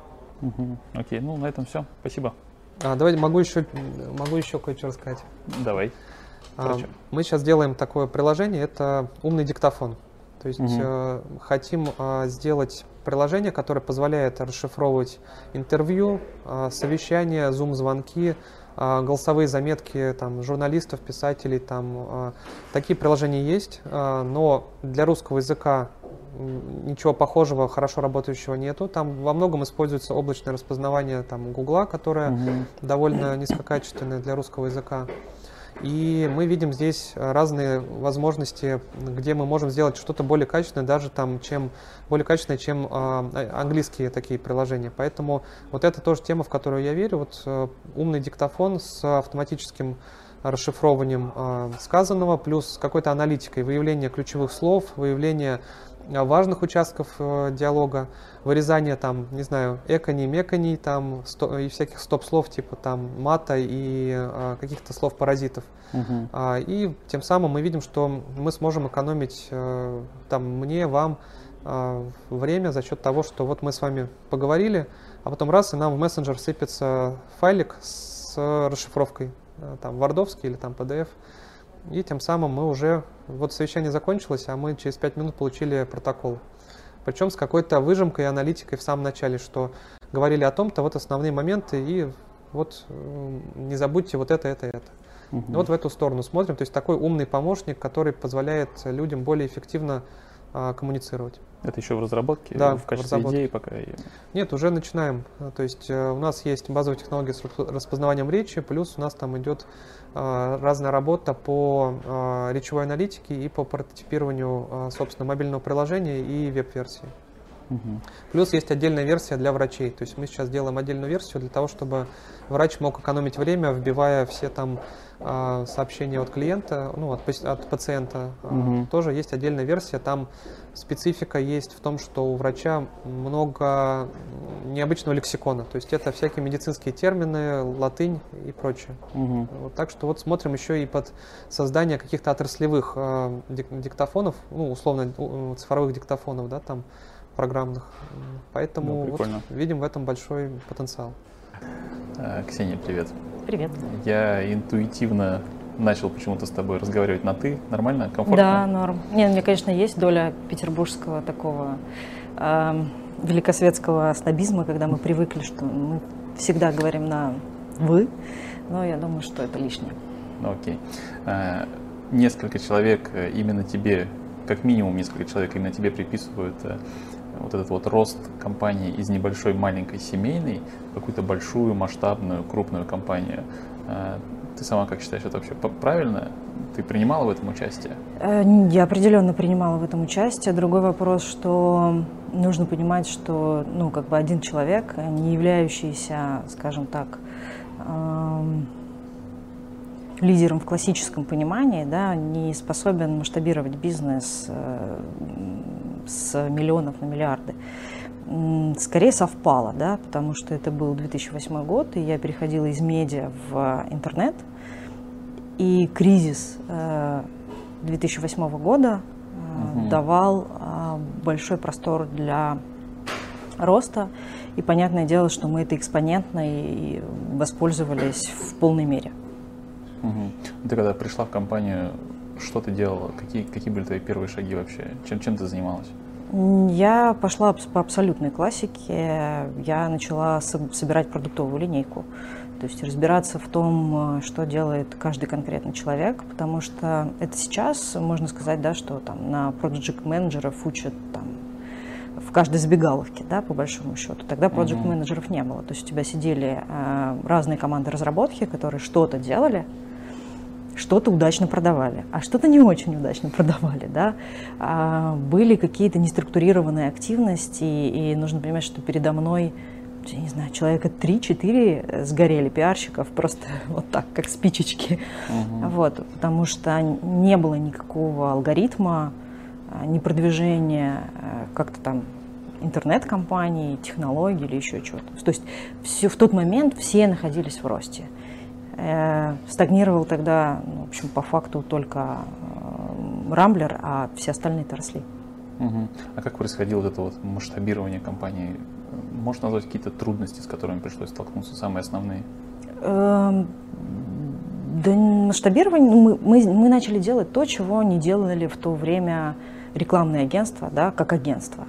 A: Окей, ну на этом все. Спасибо.
C: Давайте могу еще кое-что рассказать.
A: Давай.
C: Мы сейчас делаем такое приложение, это умный диктофон. То есть хотим сделать приложение, которое позволяет расшифровывать интервью, совещания, зум-звонки, голосовые заметки там, журналистов, писателей. Там, такие приложения есть, но для русского языка ничего похожего, хорошо работающего нету. Там во многом используется облачное распознавание там, Гугла, которое довольно низкокачественное для русского языка. И мы видим здесь разные возможности, где мы можем сделать что-то более качественное, даже там, чем английские такие приложения. Поэтому вот это тоже тема, в которую я верю. Вот умный диктофон с автоматическим расшифрованием сказанного, плюс с какой-то аналитикой, выявление ключевых слов, выявление важных участков диалога, вырезание там, не знаю, эконий, меконий, там, и всяких стоп-слов типа там мата и каких-то слов-паразитов. И тем самым мы видим, что мы сможем экономить там мне, вам время за счет того, что вот мы с вами поговорили, а потом раз, и нам в мессенджер сыпется файлик с расшифровкой, там, вардовский или там PDF. И тем самым мы уже, вот совещание закончилось, а мы через 5 минут получили протокол. Причем с какой-то выжимкой и аналитикой в самом начале, что говорили о том-то, вот основные моменты, и вот не забудьте вот это. Вот в эту сторону смотрим. То есть такой умный помощник, который позволяет людям более эффективно коммуницировать.
A: Это еще в разработке?
C: Да,
A: в качестве идеи пока?
C: Нет, уже начинаем. То есть у нас есть базовые технологии с распознаванием речи, плюс у нас там идет разная работа по речевой аналитике и по прототипированию, собственно, мобильного приложения и веб-версии. Плюс есть отдельная версия для врачей. То есть мы сейчас делаем отдельную версию для того, чтобы врач мог экономить время, вбивая все там сообщения от клиента, ну, от пациента. Тоже есть отдельная версия. Там специфика есть в том, что у врача много необычного лексикона. То есть это всякие медицинские термины, латынь и прочее. Вот, так что вот смотрим еще и под создание каких-то отраслевых диктофонов, ну, условно цифровых диктофонов, да, там программных. Поэтому
A: Ну,
C: вот видим в этом большой потенциал.
A: Ксения, привет.
D: Привет.
A: Я интуитивно начал почему-то с тобой разговаривать на «ты». Нормально? Комфортно?
D: Да, норм. Не, у меня, конечно, есть доля петербургского такого великосветского снобизма, когда мы привыкли, что мы всегда говорим на «вы», но я думаю, что это лишнее.
A: Ну, окей. Несколько человек именно тебе, как минимум несколько человек именно тебе приписывают вот этот вот рост компании из небольшой маленькой семейной в какую-то большую, масштабную, крупную компанию. Ты сама как считаешь, это вообще правильно? Ты принимала в этом участие?
D: Я определенно принимала в этом участие. Другой вопрос, что нужно понимать, что как бы один человек, не являющийся, скажем так, лидером в классическом понимании, да, не способен масштабировать бизнес с миллионов на миллиарды. Скорее совпало, да, потому что это был 2008 год, и я переходила из медиа в интернет, и кризис 2008 года давал большой простор для роста, и понятное дело, что мы это экспонентно и воспользовались в полной мере.
A: Ты когда пришла в компанию, что ты делала? Какие были твои первые шаги вообще? Чем ты занималась?
D: Я пошла по абсолютной классике. Я начала собирать продуктовую линейку. То есть разбираться в том, что делает каждый конкретный человек, потому что это сейчас, можно сказать, да, что там на проект-менеджеров учат там, в каждой забегаловке, да, по большому счету. Тогда проект-менеджеров не было. То есть у тебя сидели разные команды разработки, которые что-то делали, что-то удачно продавали, а что-то не очень удачно продавали, да. Были какие-то неструктурированные активности, и нужно понимать, что передо мной, я не знаю, человека 3-4 сгорели пиарщиков просто вот так, как спичечки. Вот, потому что не было никакого алгоритма, ни продвижения как-то там интернет-компаний, технологий или еще чего-то. То есть в тот момент все находились в росте. Стагнировал тогда, в общем, по факту только Рамблер, а все остальные-то росли.
A: А как происходило вот это вот масштабирование компании? Можешь назвать какие-то трудности, с которыми пришлось столкнуться, самые основные?
D: Да, масштабирование, мы начали делать то, чего не делали в то время рекламные агентства, да, как агентство.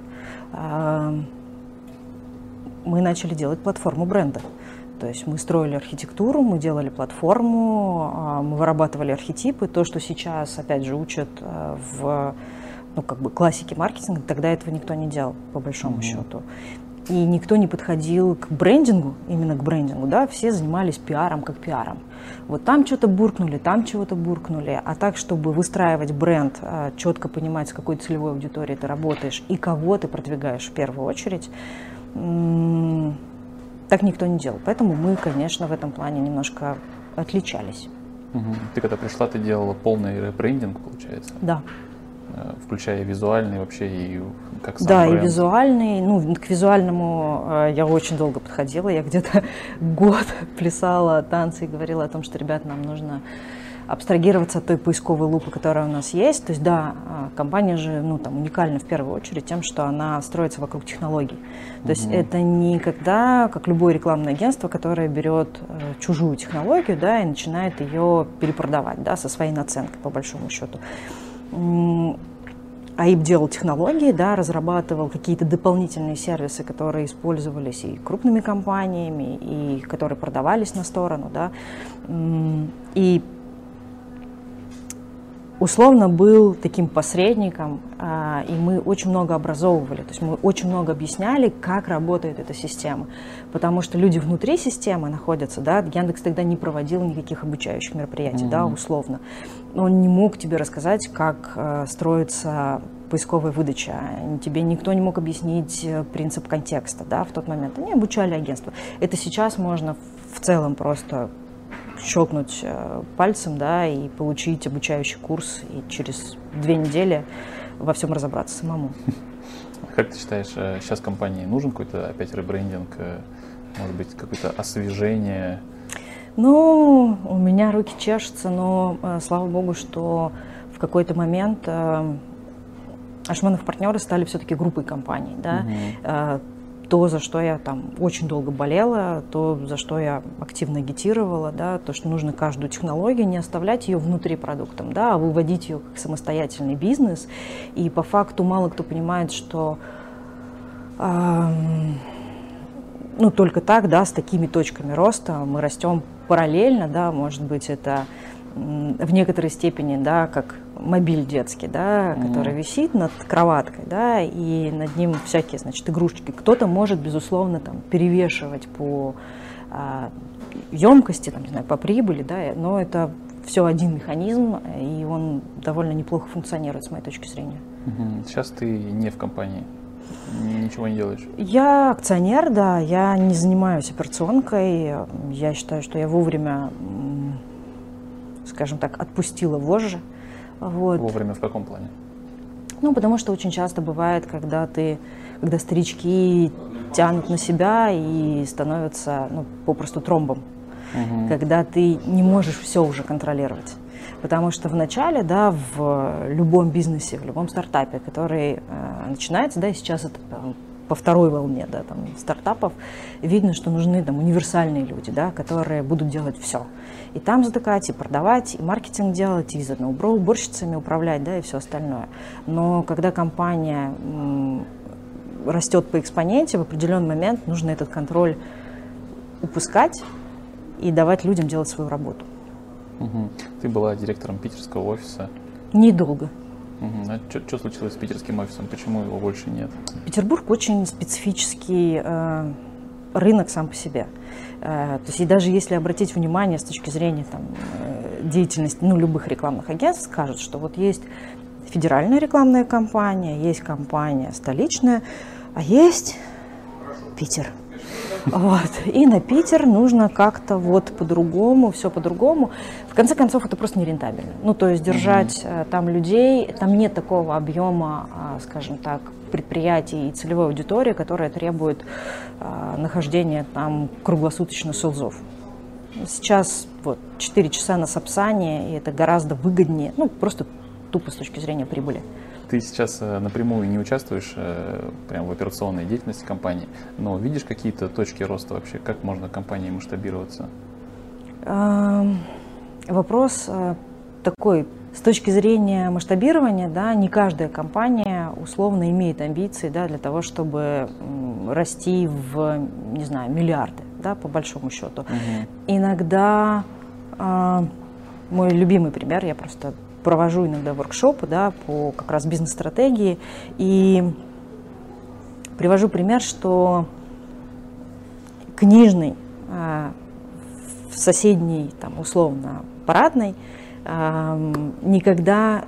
D: Мы начали делать платформу бренда. То есть мы строили архитектуру, мы делали платформу, мы вырабатывали архетипы. То, что сейчас, опять же, учат в классике маркетинга, тогда этого никто не делал, по большому счету. И никто не подходил к брендингу, именно к брендингу, да, все занимались пиаром как пиаром. Вот там что-то буркнули, там чего-то буркнули, а так, чтобы выстраивать бренд, четко понимать, с какой целевой аудиторией ты работаешь и кого ты продвигаешь в первую очередь, так никто не делал. Поэтому мы, конечно, в этом плане немножко отличались.
A: Ты когда пришла, ты делала полный ребрендинг, получается?
D: Да.
A: Включая визуальный вообще и как сам
D: да,
A: бренд?
D: И визуальный. К визуальному я очень долго подходила. Я где-то год плясала танцы и говорила о том, что, ребят, нам нужно абстрагироваться от той поисковой лупы, которая у нас есть. То есть, да, компания же уникальна в первую очередь тем, что она строится вокруг технологий. То есть это не когда, как любое рекламное агентство, которое берет чужую технологию, да, и начинает ее перепродавать, да, со своей наценкой, по большому счету. АИБ делал технологии, да, разрабатывал какие-то дополнительные сервисы, которые использовались и крупными компаниями, и которые продавались на сторону, да, и условно был таким посредником, и мы очень много образовывали, то есть мы очень много объясняли, как работает эта система, потому что люди внутри системы находятся, да, Яндекс тогда не проводил никаких обучающих мероприятий, да, условно, он не мог тебе рассказать, как строится поисковая выдача, тебе никто не мог объяснить принцип контекста, да, в тот момент, они обучали агентство, это сейчас можно в целом просто щелкнуть пальцем, да, и получить обучающий курс, и через 2 недели во всем разобраться самому.
A: Как ты считаешь, сейчас компании нужен какой-то опять ребрендинг, может быть, какое-то освежение?
D: Ну, у меня руки чешутся, но слава богу, что в какой-то момент Ашманов партнеры стали все-таки группой компаний, да. То, за что я там очень долго болела, то, за что я активно агитировала, да, то, что нужно каждую технологию не оставлять ее внутри продукта, да, а выводить ее как самостоятельный бизнес. И по факту мало кто понимает, что только так, да, с такими точками роста мы растем параллельно, да, может быть, это в некоторой степени, да, как мобиль детский, да, который висит над кроваткой, да, и над ним всякие, значит, игрушечки. Кто-то может, безусловно, там, перевешивать по емкости, там, не знаю, по прибыли, да, но это все один механизм, и он довольно неплохо функционирует, с моей точки зрения.
A: Сейчас ты не в компании, ничего не делаешь? Я
D: акционер, да, я не занимаюсь операционкой, я считаю, что я вовремя, скажем так, отпустила вожжи. Вот.
A: Вовремя в каком плане?
D: Ну, потому что очень часто бывает, когда старички тянут на себя и становятся, попросту тромбом, когда ты не можешь все уже контролировать. Потому что в начале, да, в любом бизнесе, в любом стартапе, который начинается, да, и сейчас это по второй волне, да, там, стартапов, видно, что нужны там универсальные люди, да, которые будут делать все. И там затыкать, и продавать, и маркетинг делать, и заодно уборщицами управлять, да, и все остальное. Но когда компания растет по экспоненте, в определенный момент нужно этот контроль упускать и давать людям делать свою работу.
A: Ты была директором питерского офиса.
D: Недолго.
A: А что случилось с питерским офисом? Почему его больше нет?
D: Петербург очень специфический рынок сам по себе. То есть и даже если обратить внимание с точки зрения там, деятельности любых рекламных агентств, скажут, что вот есть федеральная рекламная кампания, есть компания столичная, а есть Питер. Вот. И на Питер нужно как-то вот по-другому, все по-другому. В конце концов, это просто нерентабельно. То есть держать там людей, там нет такого объема, скажем так, предприятий и целевой аудитории, которая требует нахождения там круглосуточно селзов. Сейчас вот 4 часа на Сапсане, и это гораздо выгоднее, просто тупо с точки зрения прибыли.
A: Ты сейчас напрямую не участвуешь прямо в операционной деятельности компании, но видишь какие-то точки роста вообще? Как можно компании масштабироваться?
D: Вопрос такой. С точки зрения масштабирования, да, не каждая компания условно имеет амбиции, да, для того, чтобы расти в, не знаю, миллиарды, да, по большому счету. Иногда, мой любимый пример, я просто провожу иногда воркшопы, да, по как раз бизнес-стратегии, и привожу пример, что книжный в соседней, там, условно, парадной никогда,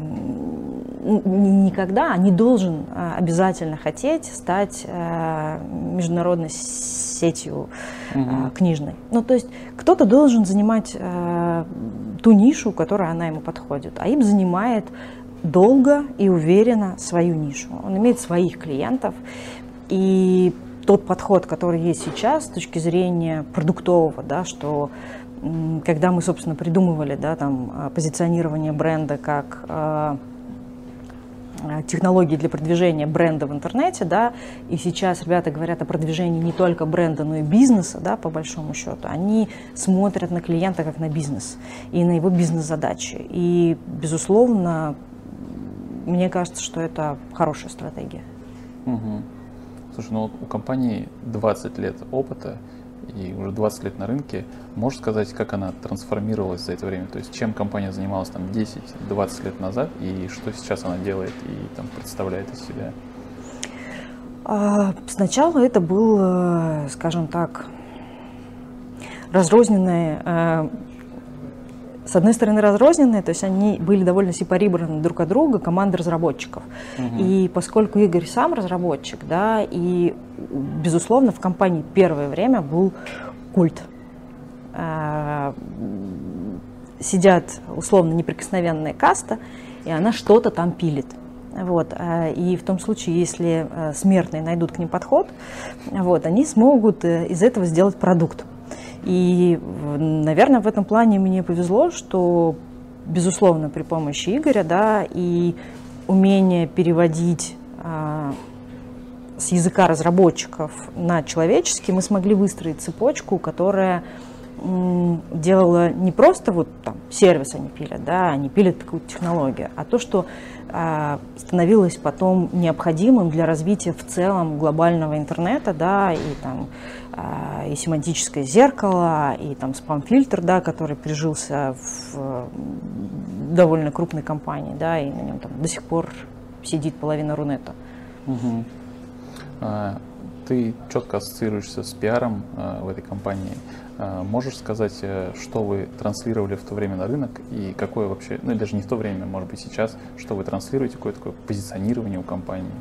D: а не должен обязательно хотеть стать международной сетью книжной. То есть кто-то должен занимать ту нишу, которая она ему подходит, а им занимает долго и уверенно свою нишу. Он имеет своих клиентов, и тот подход, который есть сейчас с точки зрения продуктового, да, что когда мы, собственно, придумывали, да, там, позиционирование бренда как технологии для продвижения бренда в интернете, да, и сейчас ребята говорят о продвижении не только бренда, но и бизнеса, да, по большому счету, они смотрят на клиента как на бизнес и на его бизнес-задачи. И, безусловно, мне кажется, что это хорошая стратегия.
A: Слушай, у компании 20 лет опыта и уже 20 лет на рынке. Можешь сказать, как она трансформировалась за это время? То есть чем компания занималась там 10-20 лет назад и что сейчас она делает и там представляет из себя?
D: Сначала это был, скажем так, разрозненные, с одной стороны разрозненные, то есть они были довольно сепарированы друг от друга, команды разработчиков. И поскольку Игорь сам разработчик, да, и, безусловно, в компании первое время был культ. Сидят условно неприкосновенная каста, и она что-то там пилит. Вот. И в том случае, если смертные найдут к ним подход, вот, они смогут из этого сделать продукт. И, наверное, в этом плане мне повезло, что, безусловно, при помощи Игоря, да, и умение переводить с языка разработчиков на человеческий, мы смогли выстроить цепочку, которая делала не просто вот там сервис они пилят, да, они пилят какую-то технологию, а то, что становилось потом необходимым для развития в целом глобального интернета, да, и там и семантическое зеркало, и там спам-фильтр, да, который прижился в довольно крупной компании, да, и на нем там до сих пор сидит половина Рунета.
A: Угу. Ты четко ассоциируешься с пиаром в этой компании. Можешь сказать, что вы транслировали в то время на рынок и какое вообще, ну и даже не в то время, может быть сейчас, что вы транслируете, какое такое позиционирование у компании?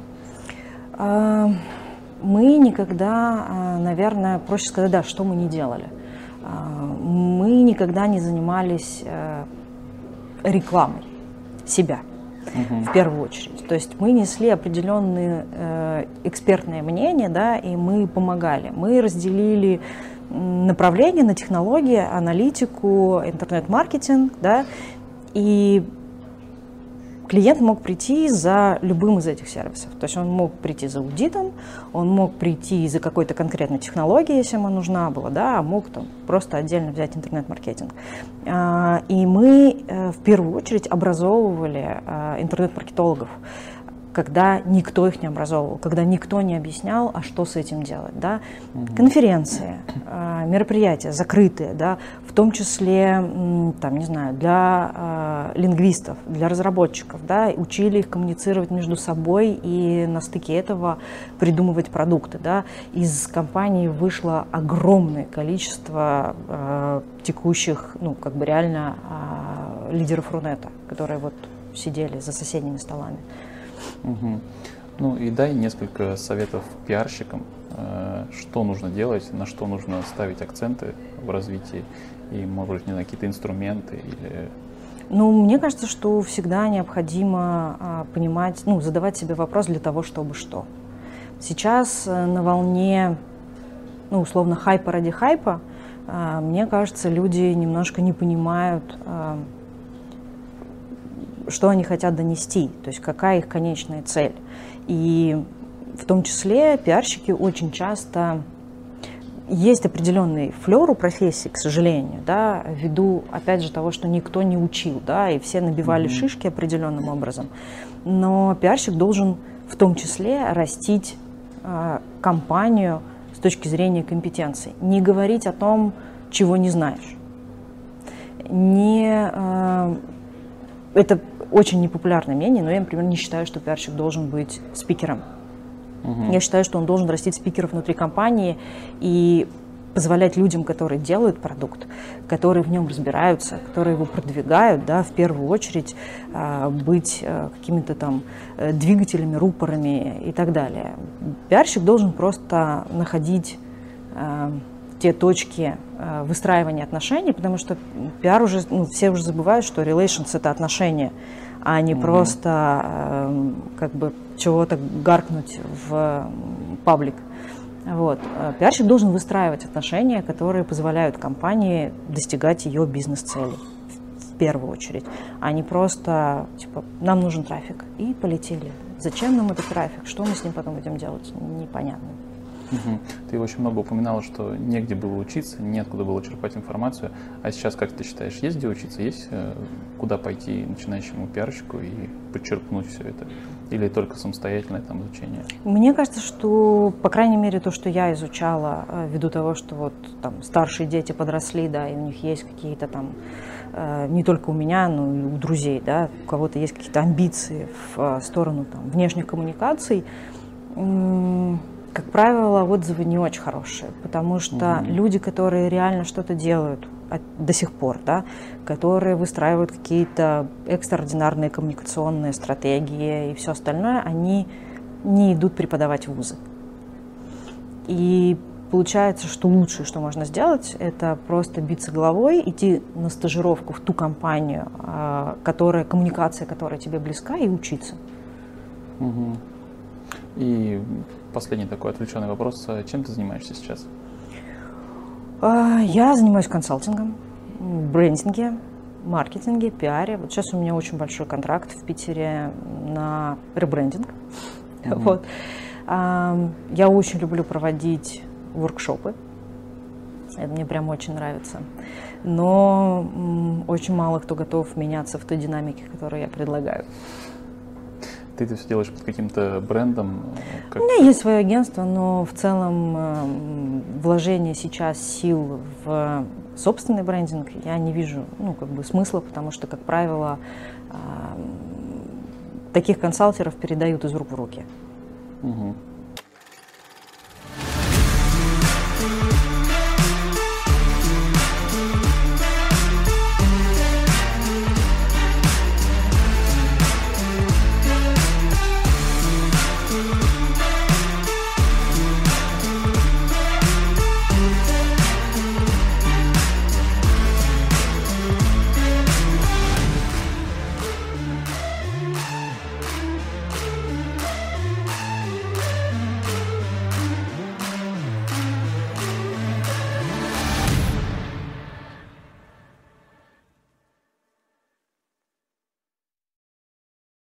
D: Мы никогда, наверное, проще сказать, да, что мы не делали. Мы никогда не занимались рекламой себя. В первую очередь. То есть мы несли определенные экспертные мнения, да, и мы помогали. Мы разделили направления на технологии, аналитику, интернет-маркетинг, да, и клиент мог прийти за любым из этих сервисов. То есть он мог прийти за аудитом, он мог прийти за какой-то конкретной технологией, если ему нужна была, да, а мог там просто отдельно взять интернет-маркетинг. И мы в первую очередь образовывали интернет-маркетологов, когда никто их не образовывал, когда никто не объяснял, а что с этим делать. Да? Конференции, мероприятия закрытые, да, в том числе там, не знаю, для лингвистов, для разработчиков, да, учили их коммуницировать между собой и на стыке этого придумывать продукты. Да. Из компании вышло огромное количество текущих, ну, как бы реально лидеров Рунета, которые вот сидели за соседними столами.
A: Угу. Ну и дай несколько советов пиарщикам, что нужно делать, на что нужно ставить акценты в развитии, и, может быть, не на какие-то инструменты или...
D: Ну, мне кажется, что всегда необходимо понимать, ну, задавать себе вопрос для того, чтобы что. Сейчас на волне, ну, условно, хайпа ради хайпа, мне кажется, люди немножко не понимают, что они хотят донести, то есть какая их конечная цель. И в том числе пиарщики очень часто... Есть определенный флер у профессии, к сожалению, да, ввиду, опять же, того, что никто не учил, да, и все набивали шишки определенным образом. Но пиарщик должен в том числе растить компанию с точки зрения компетенций. Не говорить о том, чего не знаешь. Это очень непопулярное мнение, но я, например, не считаю, что пиарщик должен быть спикером. Я считаю, что он должен растить спикеров внутри компании и позволять людям, которые делают продукт, которые в нем разбираются, которые его продвигают, да, в первую очередь быть какими-то там двигателями, рупорами и так далее. Пиарщик должен просто находить те точки выстраивания отношений, потому что пиар уже, ну, все уже забывают, что relations — это отношения, а не просто как бы чего-то гаркнуть в паблик. Вот. Пиарщик должен выстраивать отношения, которые позволяют компании достигать ее бизнес-целей в первую очередь, а не просто типа нам нужен трафик и полетели. Зачем нам этот трафик? Что мы с ним потом будем делать? Непонятно.
A: Ты очень много упоминала, что негде было учиться, неоткуда было черпать информацию. А сейчас, как ты считаешь, есть где учиться? Есть куда пойти начинающему пиарщику и подчерпнуть все это? Или только самостоятельное там изучение?
D: Мне кажется, что, по крайней мере, то, что я изучала, ввиду того, что вот там старшие дети подросли, да, и у них есть какие-то там, не только у меня, но и у друзей, да, у кого-то есть какие-то амбиции в сторону там внешних коммуникаций, как правило, отзывы не очень хорошие, потому что люди, которые реально что-то делают до сих пор, да, которые выстраивают какие-то экстраординарные коммуникационные стратегии и все остальное, они не идут преподавать в вузы. И получается, что лучшее, что можно сделать, это просто биться головой, идти на стажировку в ту компанию, коммуникация которая тебе близка, и учиться.
A: И последний такой отвлеченный вопрос. Чем ты занимаешься сейчас?
D: Я занимаюсь консалтингом, брендинге, маркетинге, пиаре. Вот сейчас у меня очень большой контракт в Питере на ребрендинг. Вот. Я очень люблю проводить воркшопы. Это мне прям очень нравится. Но очень мало кто готов меняться в той динамике, которую я предлагаю.
A: Ты это все делаешь под каким-то брендом?
D: У меня есть свое агентство, но в целом вложение сейчас сил в собственный брендинг я не вижу смысла, потому что, как правило, таких консалтеров передают из рук в руки.
A: Угу.